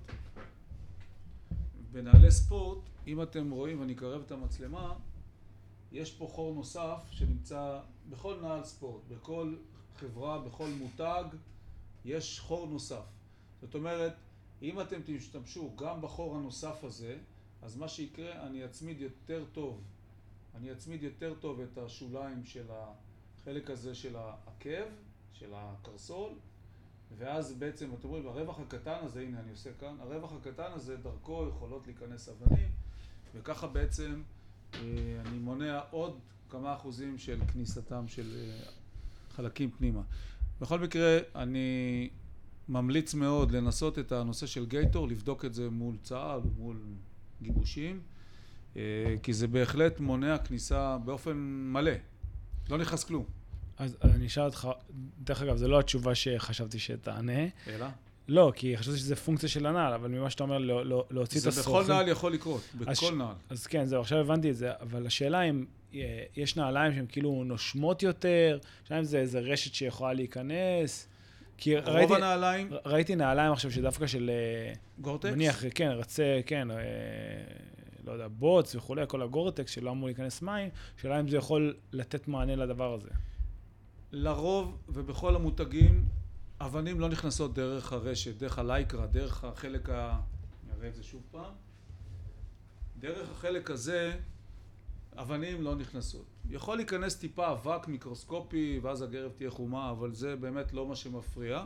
B: בנעלי ספורט, אם אתם רואים, ואני אקרב את המצלמה, יש פה חור נוסף שנמצא בכל נעל ספורט, בכל חברה, בכל מותג, יש חור נוסף. זאת אומרת, אם אתם תשתמשו גם בחור הנוסף הזה, אז מה שיקרה, אני אצמיד יותר טוב, אני אצמיד יותר טוב את השוליים של החלק הזה של העקב, של הקרסול, ואז בעצם, אתם רואים, הרווח הקטן הזה, הנה אני עושה כאן, הרווח הקטן הזה דרכו יכולות להיכנס אבנים, וככה בעצם אני מונע עוד כמה אחוזים של כניסתם של חלקים פנימה. בכל מקרה, אני ממליץ מאוד לנסות את הנושא של גייטור, לבדוק את זה מול צה"ל, מול גיבושים, כי זה בהחלט מונע כניסה באופן מלא. לא נכנס כלום.
A: אז אני אשאל אותך, דרך אגב, זה לא התשובה שחשבתי שתענה.
B: אלא?
A: לא, כי חשבתי שזה פונקציה של הנעל, אבל ממה שאתה אומר, לא, לא, להוציא את השרוכים.
B: זה בכל נעל יכול לקרות, בכל
A: אז,
B: נעל.
A: אז כן, זהו, עכשיו הבנתי את זה, אבל השאלה אם יש נעליים שהן כאילו נושמות יותר, השאלה אם זה איזה רשת שיכולה להיכנס, כי
B: רוב
A: ראיתי,
B: הנעליים...
A: ראיתי נעליים עכשיו שדווקא של...
B: גורטקס?
A: מניח, כן, רצה, כן, לא יודע, בוץ וכולי, כל הגורטקס שלא אמור להיכנס מים, שאלה אם זה יכול לתת מענה לדבר הזה.
B: לרוב ובכל המותגים, אבנים לא נכנסות דרך הרשת, דרך הלייקרה, דרך החלק ה... אני אראה את זה שוב פעם. דרך החלק הזה, אבנים לא נכנסות. יכול להיכנס טיפה אבק מיקרוסקופי, ואז הגרב תהיה חומה, אבל זה באמת לא מה שמפריע.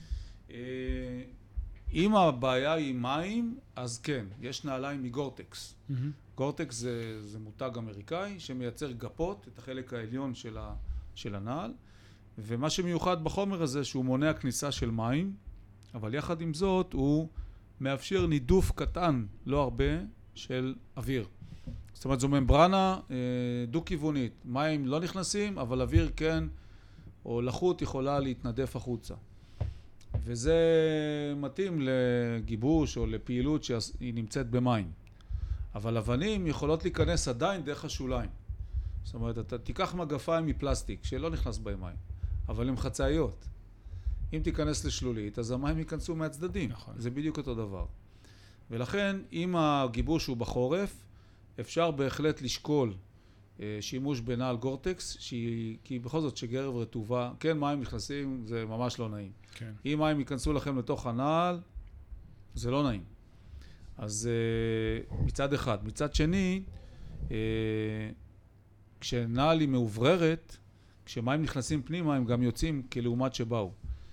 B: אם הבעיה היא מים, אז כן, יש נעליים מגורטקס. Mm-hmm. גורטקס זה, זה מותג אמריקאי שמייצר גפות, את החלק העליון של, ה, של הנעל, ומה שמיוחד בחומר הזה שהוא מונע כניסה של מים, אבל יחד עם זאת הוא מאפשר נידוף קטן, לא הרבה, של אוויר. זאת אומרת, זו ממברנה אה, דו-כיוונית. מים לא נכנסים, אבל אוויר כן, או לחות יכולה להתנדף החוצה. וזה מתאים לגיבוש או לפעילות שהיא נמצאת במים. אבל אבנים יכולות להיכנס עדיין דרך השוליים. זאת אומרת, אתה תיקח מגפיים מפלסטיק שלא נכנס בהם מים, אבל הן חצאיות. אם תיכנס לשלולית, אז המים ייכנסו מהצדדים.
A: נכון. זה
B: בדיוק אותו דבר. ולכן, אם הגיבוש הוא בחורף, אפשר בהחלט לשקול שימוש בנעל גורטקס, שהיא, כי בכל זאת שגרב רטובה, כן, מים נכנסים, זה ממש לא נעים.
A: כן.
B: אם מים ייכנסו לכם לתוך הנעל, זה לא נעים. אז מצד אחד. מצד שני, כשנעל היא מאובררת, כשמים נכנסים פנימה, הם גם יוצאים כלעומת שבאו.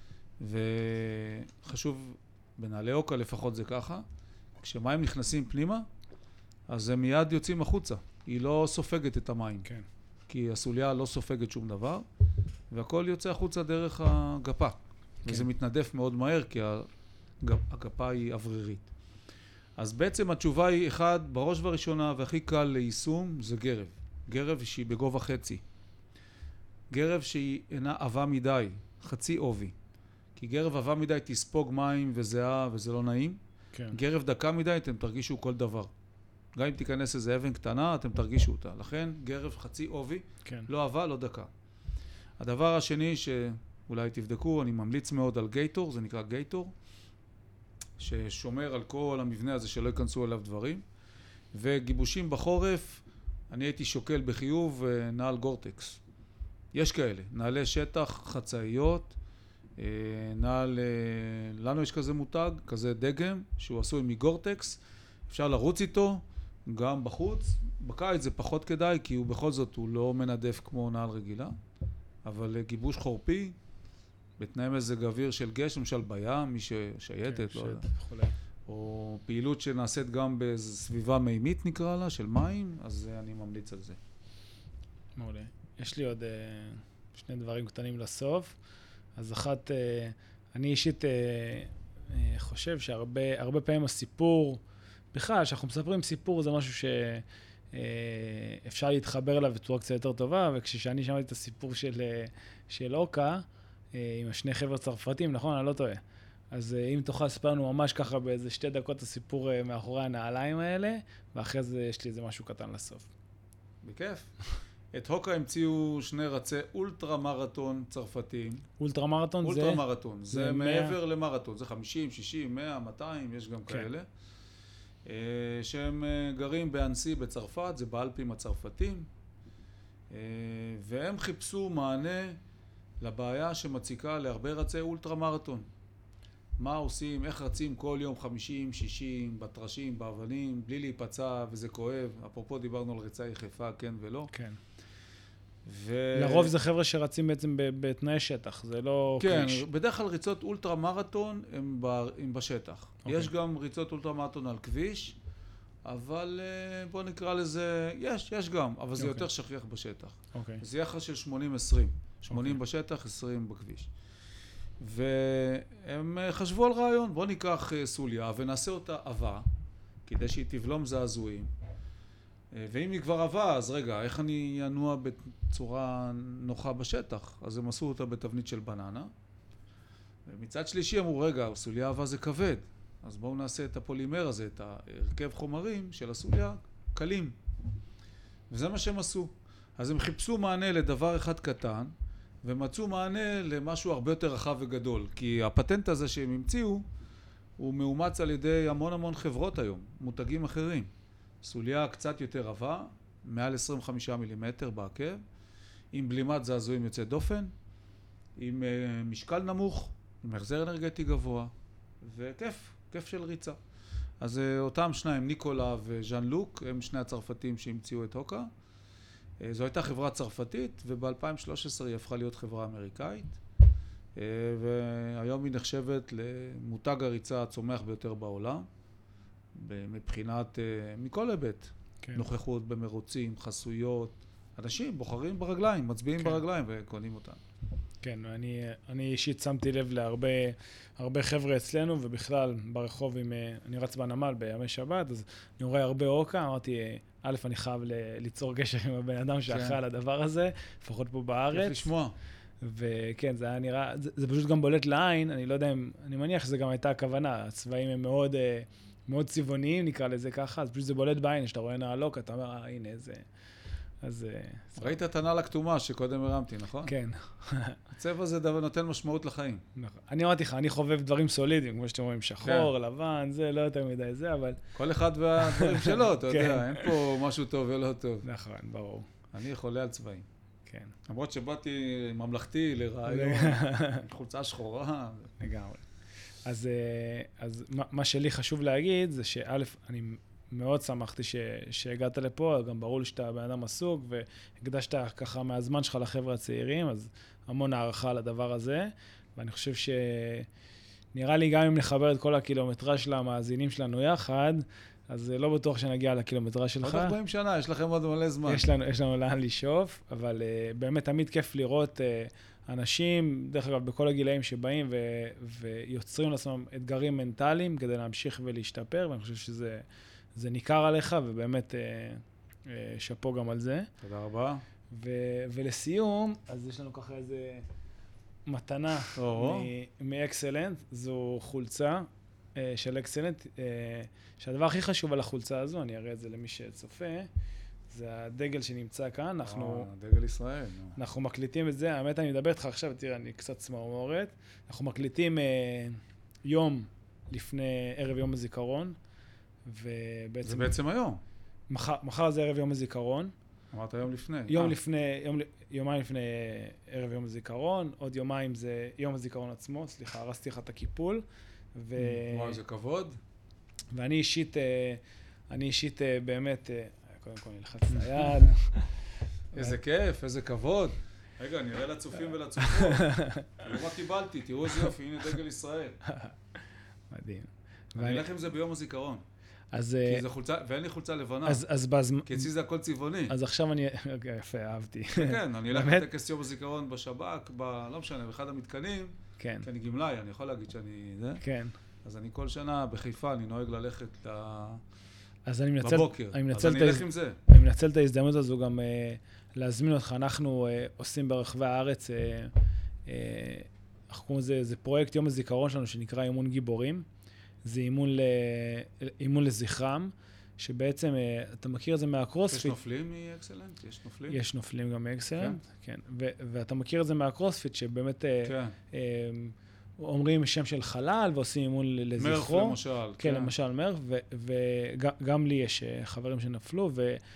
B: וחשוב, בנעלי אוקה לפחות זה ככה, כשמים נכנסים פנימה, אז הם מיד יוצאים החוצה. היא לא סופגת את המים.
A: כן.
B: כי הסוליה לא סופגת שום דבר, והכל יוצא החוצה דרך הגפה. כן. וזה מתנדף מאוד מהר, כי הגפה היא אוורירית. אז בעצם התשובה היא, אחד, בראש ובראשונה, והכי קל ליישום, זה גרב. גרב שהיא בגובה חצי. גרב שהיא אינה עבה מדי, חצי עובי. כי גרב עבה מדי תספוג מים וזהה וזה לא נעים.
A: כן.
B: גרב דקה מדי, אתם תרגישו כל דבר. גם אם תיכנס איזה אבן קטנה, אתם תרגישו אותה. לכן, גרב חצי עובי,
A: כן.
B: לא עבה, לא דקה. הדבר השני שאולי תבדקו, אני ממליץ מאוד על גייטור, זה נקרא גייטור, ששומר על כל המבנה הזה שלא ייכנסו אליו דברים. וגיבושים בחורף, אני הייתי שוקל בחיוב נעל גורטקס. יש כאלה, נעלי שטח, חצאיות, נעל, לנו יש כזה מותג, כזה דגם, שהוא עשוי מגורטקס, אפשר לרוץ איתו, גם בחוץ. בקיץ זה פחות כדאי, כי הוא בכל זאת הוא לא מנדף כמו נעל רגילה, אבל גיבוש חורפי, בתנאי מזג אוויר של גשם, למשל בים, מי ששייטת,
A: כן,
B: לא יודע,
A: וכולי.
B: או פעילות שנעשית גם בסביבה מימית נקרא לה, של מים, אז אני ממליץ על זה.
A: מעולה. יש לי עוד uh, שני דברים קטנים לסוף. אז אחת, uh, אני אישית uh, uh, חושב שהרבה הרבה פעמים הסיפור, בכלל, שאנחנו מספרים סיפור זה משהו שאפשר uh, להתחבר אליו בצורה קצת יותר טובה, וכשאני שמעתי את הסיפור של, uh, של אוקה, uh, עם השני חבר'ה צרפתים, נכון? אני לא טועה. אז uh, אם תוכל לספר לנו ממש ככה באיזה שתי דקות הסיפור uh, מאחורי הנעליים האלה, ואחרי זה יש לי איזה משהו קטן לסוף.
B: בכיף. את הוקה המציאו שני רצי אולטרה מרתון צרפתיים.
A: אולטרה מרתון זה?
B: אולטרה מרתון. זה מעבר למרתון. זה חמישים, שישים, מאה, מאתיים, יש גם כאלה. שהם גרים באנסי בצרפת, זה באלפים הצרפתים. והם חיפשו מענה לבעיה שמציקה להרבה רצי אולטרה מרתון. מה עושים, איך רצים כל יום חמישים, שישים, בטרשים, באבנים, בלי להיפצע וזה כואב. אפרופו דיברנו על ריצה יחפה, כן ולא.
A: כן.
B: ו...
A: לרוב זה חבר'ה שרצים בעצם בתנאי שטח, זה לא
B: כן,
A: כביש.
B: כן, בדרך כלל ריצות אולטרה מרתון הם, ב... הם בשטח. Okay. יש גם ריצות אולטרה מרתון על כביש, אבל בוא נקרא לזה, יש, יש גם, אבל זה okay. יותר שכיח בשטח.
A: Okay.
B: זה יחס של שמונים עשרים. שמונים
A: okay.
B: בשטח, עשרים בכביש. והם חשבו על רעיון, בוא ניקח סוליה ונעשה אותה עבה, כדי שהיא תבלום זעזועים. ואם היא כבר עבה, אז רגע, איך אני ינוע בצורה נוחה בשטח? אז הם עשו אותה בתבנית של בננה. ומצד שלישי אמרו, רגע, סוליה עבה זה כבד. אז בואו נעשה את הפולימר הזה, את הרכב חומרים של הסוליה, קלים. וזה מה שהם עשו. אז הם חיפשו מענה לדבר אחד קטן, ומצאו מענה למשהו הרבה יותר רחב וגדול. כי הפטנט הזה שהם המציאו, הוא מאומץ על ידי המון המון חברות היום, מותגים אחרים. סוליה קצת יותר רבה, מעל עשרים וחמישה מילימטר בעקב, עם בלימת זעזועים יוצא דופן, עם uh, משקל נמוך, עם החזר אנרגטי גבוה, וכיף, כיף של ריצה. אז uh, אותם שניים, ניקולה וז'אן לוק, הם שני הצרפתים שהמציאו את הוקה. Uh, זו הייתה חברה צרפתית, וב-אלפיים ושלוש עשרה היא הפכה להיות חברה אמריקאית, uh, והיום היא נחשבת למותג הריצה הצומח ביותר בעולם. מבחינת, מכל היבט, כן. נוכחות במרוצים, חסויות, אנשים בוחרים ברגליים, מצביעים כן. ברגליים וקונים אותם.
A: כן, אני, אני אישית שמתי לב להרבה הרבה חבר'ה אצלנו, ובכלל ברחוב, עם, אני רץ בנמל בימי שבת, אז אני רואה הרבה אוקה, אמרתי, א', אני חייב ליצור קשר עם הבן אדם שאחראי כן. על הדבר הזה, לפחות פה בארץ.
B: כיף לשמוע.
A: וכן, זה היה נראה, זה, זה פשוט גם בולט לעין, אני לא יודע אם, אני מניח שזה גם הייתה הכוונה, הצבעים הם מאוד... מאוד צבעוניים, נקרא לזה ככה, אז פשוט זה בולט בעין, שאתה רואה נעלוק, אתה אומר, אה, הנה, זה... אז...
B: ראית את הנעל הכתומה שקודם הרמתי, נכון?
A: כן.
B: הצבע הזה דבר נותן משמעות לחיים.
A: נכון. אני אמרתי לך, אני חובב דברים סולידיים, כמו שאתם רואים, שחור, לבן, זה לא יותר מדי זה, אבל...
B: כל אחד והדברים שלו, אתה יודע, אין פה משהו טוב ולא טוב.
A: נכון, ברור.
B: אני חולה על צבעים.
A: כן.
B: למרות שבאתי ממלכתי לרעיון, חולצה שחורה.
A: לגמרי. אז, אז מה שלי חשוב להגיד זה שא', אני מאוד שמחתי ש, שהגעת לפה, גם ברור לי שאתה בן אדם עסוק, והקדשת ככה מהזמן שלך לחבר'ה הצעירים, אז המון הערכה על הדבר הזה, ואני חושב שנראה לי גם אם נחבר את כל הקילומטרה של המאזינים שלנו יחד, אז לא בטוח שנגיע לקילומטרה שלך.
B: עוד ארבעים שנה, יש לכם עוד מלא זמן.
A: יש לנו, יש לנו לאן לשאוף, אבל uh, באמת תמיד כיף לראות uh, אנשים, דרך אגב, בכל הגילאים שבאים ו, ויוצרים לעצמם אתגרים מנטליים כדי להמשיך ולהשתפר, ואני חושב שזה זה ניכר עליך, ובאמת uh, uh, שפו גם על זה.
B: תודה רבה.
A: ו, ולסיום, אז יש לנו ככה איזה מתנה מאקסלנט, זו חולצה uh, של אקסלנט, uh, שהדבר הכי חשוב על החולצה הזו, אני אראה את זה למי שצופה, זה הדגל שנמצא כאן, אנחנו...
B: דגל ישראל.
A: אנחנו מקליטים את זה, האמת אני מדבר איתך עכשיו, תראה, אני קצת צמרמורת, אנחנו מקליטים אה, יום לפני ערב יום הזיכרון, ובעצם...
B: זה בעצם היום.
A: מחר, מחר זה ערב יום הזיכרון.
B: אמרת יום לפני.
A: יום לפני, יום, יומיים לפני ערב יום הזיכרון, עוד יומיים זה יום הזיכרון עצמו, סליחה, הרסתי לך את הקיפול. ו...
B: וואי, זה כבוד.
A: ואני אישית, אני אישית באמת, קודם כל נלחץ את היד.
B: איזה כיף, איזה כבוד. רגע, נראה לצופים ולצופות. מה קיבלתי? תראו איזה יופי, הנה דגל ישראל.
A: מדהים.
B: אני אלך עם זה ביום הזיכרון.
A: אז...
B: כי זה חולצה, ואין לי חולצה לבנה.
A: אז בזמן...
B: כי אצלי זה הכל צבעוני.
A: אז עכשיו אני... יפה, אהבתי.
B: כן, אני אלך לטקס יום הזיכרון בשב"כ, לא משנה, באחד המתקנים.
A: כן.
B: כי אני גמלאי, אני יכול להגיד שאני...
A: כן.
B: אז אני כל שנה בחיפה, אני נוהג ללכת ל...
A: אז אני מנצל...
B: בבוקר.
A: אני
B: אז אני אלך עם זה.
A: אני מנצל את ההזדמנות הזו גם להזמין אותך. אנחנו עושים ברחבי הארץ, אנחנו קוראים לזה, זה פרויקט יום הזיכרון שלנו שנקרא אימון גיבורים. זה אימון, ל... אימון לזכרם, שבעצם, אתה מכיר את זה מהקרוספיט.
B: יש נופלים מאקסלנט? יש נופלים?
A: יש נופלים גם מאקסלנט, כן. כן. ו... ואתה מכיר את זה מהקרוספיט, שבאמת כן. אומרים שם של חלל ועושים אימון לזכרו.
B: מרף למשל.
A: כן, כן. למשל מרף, וגם לי יש חברים שנפלו,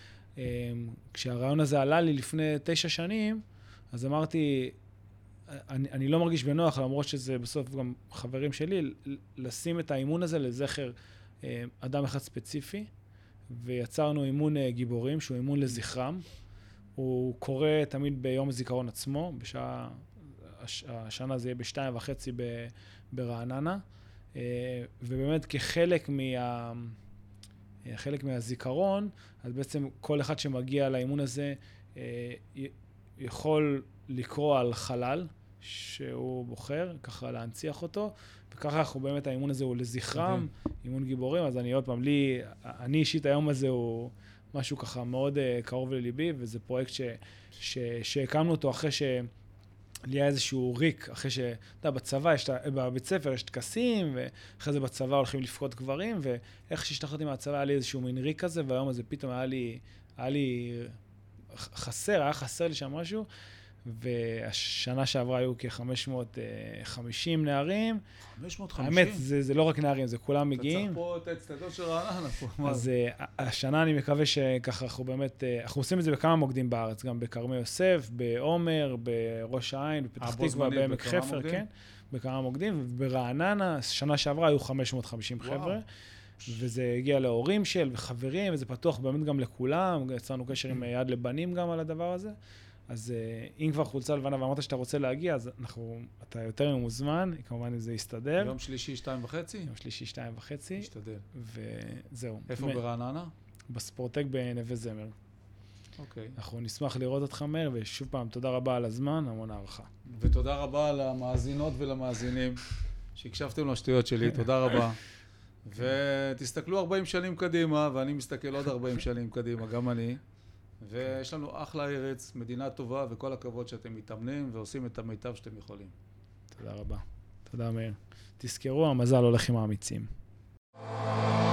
A: וכשהרעיון הזה עלה לי לפני תשע שנים, אז אמרתי, אני, אני לא מרגיש בנוח, למרות שזה בסוף גם חברים שלי, לשים את האימון הזה לזכר אדם אחד ספציפי, ויצרנו אימון גיבורים, שהוא אימון לזכרם. הוא קורה תמיד ביום הזיכרון עצמו, בשעה, השנה זה יהיה בשתיים וחצי ברעננה, ובאמת כחלק מה, חלק מהזיכרון, אז בעצם כל אחד שמגיע לאימון הזה יכול לקרוא על חלל שהוא בוחר, ככה להנציח אותו, וככה אנחנו באמת, האימון הזה הוא לזכרם, אימון גיבורים, אז אני עוד פעם, לי, אני אישית היום הזה הוא משהו ככה מאוד uh, קרוב לליבי, וזה פרויקט ש, ש, שהקמנו אותו אחרי שלי היה איזשהו ריק, אחרי ש, אתה יודע, בצבא, יש, בבית ספר יש תקסים, ואחרי זה בצבא הולכים לפקוד קברים, ואיך שהשתחררתי מהצבא היה לי איזשהו מין ריק כזה, והיום הזה פתאום היה לי, היה לי חסר, היה חסר לי שם משהו, והשנה שעברה היו כ-חמש מאות וחמישים נערים.
B: חמש מאות וחמישים?
A: האמת, זה, זה לא רק נערים, זה כולם מגיעים.
B: אתה צריך פה את האצטדיון של רעננה פה.
A: אז השנה אני מקווה שככה אנחנו באמת, אנחנו עושים את זה בכמה מוקדים בארץ, גם בכרמי יוסף, בעומר, בראש העין, בפתח תקווה, בעמק חפר, כן, בכמה מוקדים, וברעננה, שנה שעברה היו חמש מאות וחמישים חבר'ה, וזה הגיע להורים של וחברים, וזה פתוח באמת גם לכולם, יצרנו קשר עם יד לבנים גם על הדבר הזה. אז אם כבר חולצה לבנה ואמרת שאתה רוצה להגיע, אז אנחנו, אתה יותר ממוזמן, כמובן אם זה יסתדר.
B: יום שלישי שתיים וחצי?
A: יום שלישי שתיים וחצי.
B: ישתדל.
A: וזהו.
B: איפה ברעננה?
A: בספורטק בנווה זמר.
B: אוקיי.
A: אנחנו נשמח לראות אותך מהר, ושוב פעם, תודה רבה על הזמן, המון הערכה.
B: ותודה רבה למאזינות ולמאזינים שהקשבתם לשטויות שלי, תודה רבה. ותסתכלו ארבעים שנים קדימה, ואני מסתכל עוד ארבעים שנים קדימה, גם אני. ויש לנו אחלה ארץ, מדינה טובה, וכל הכבוד שאתם מתאמנים ועושים את המיטב שאתם יכולים.
A: תודה רבה. תודה מאיר. תזכרו, המזל הולך עם האמיצים.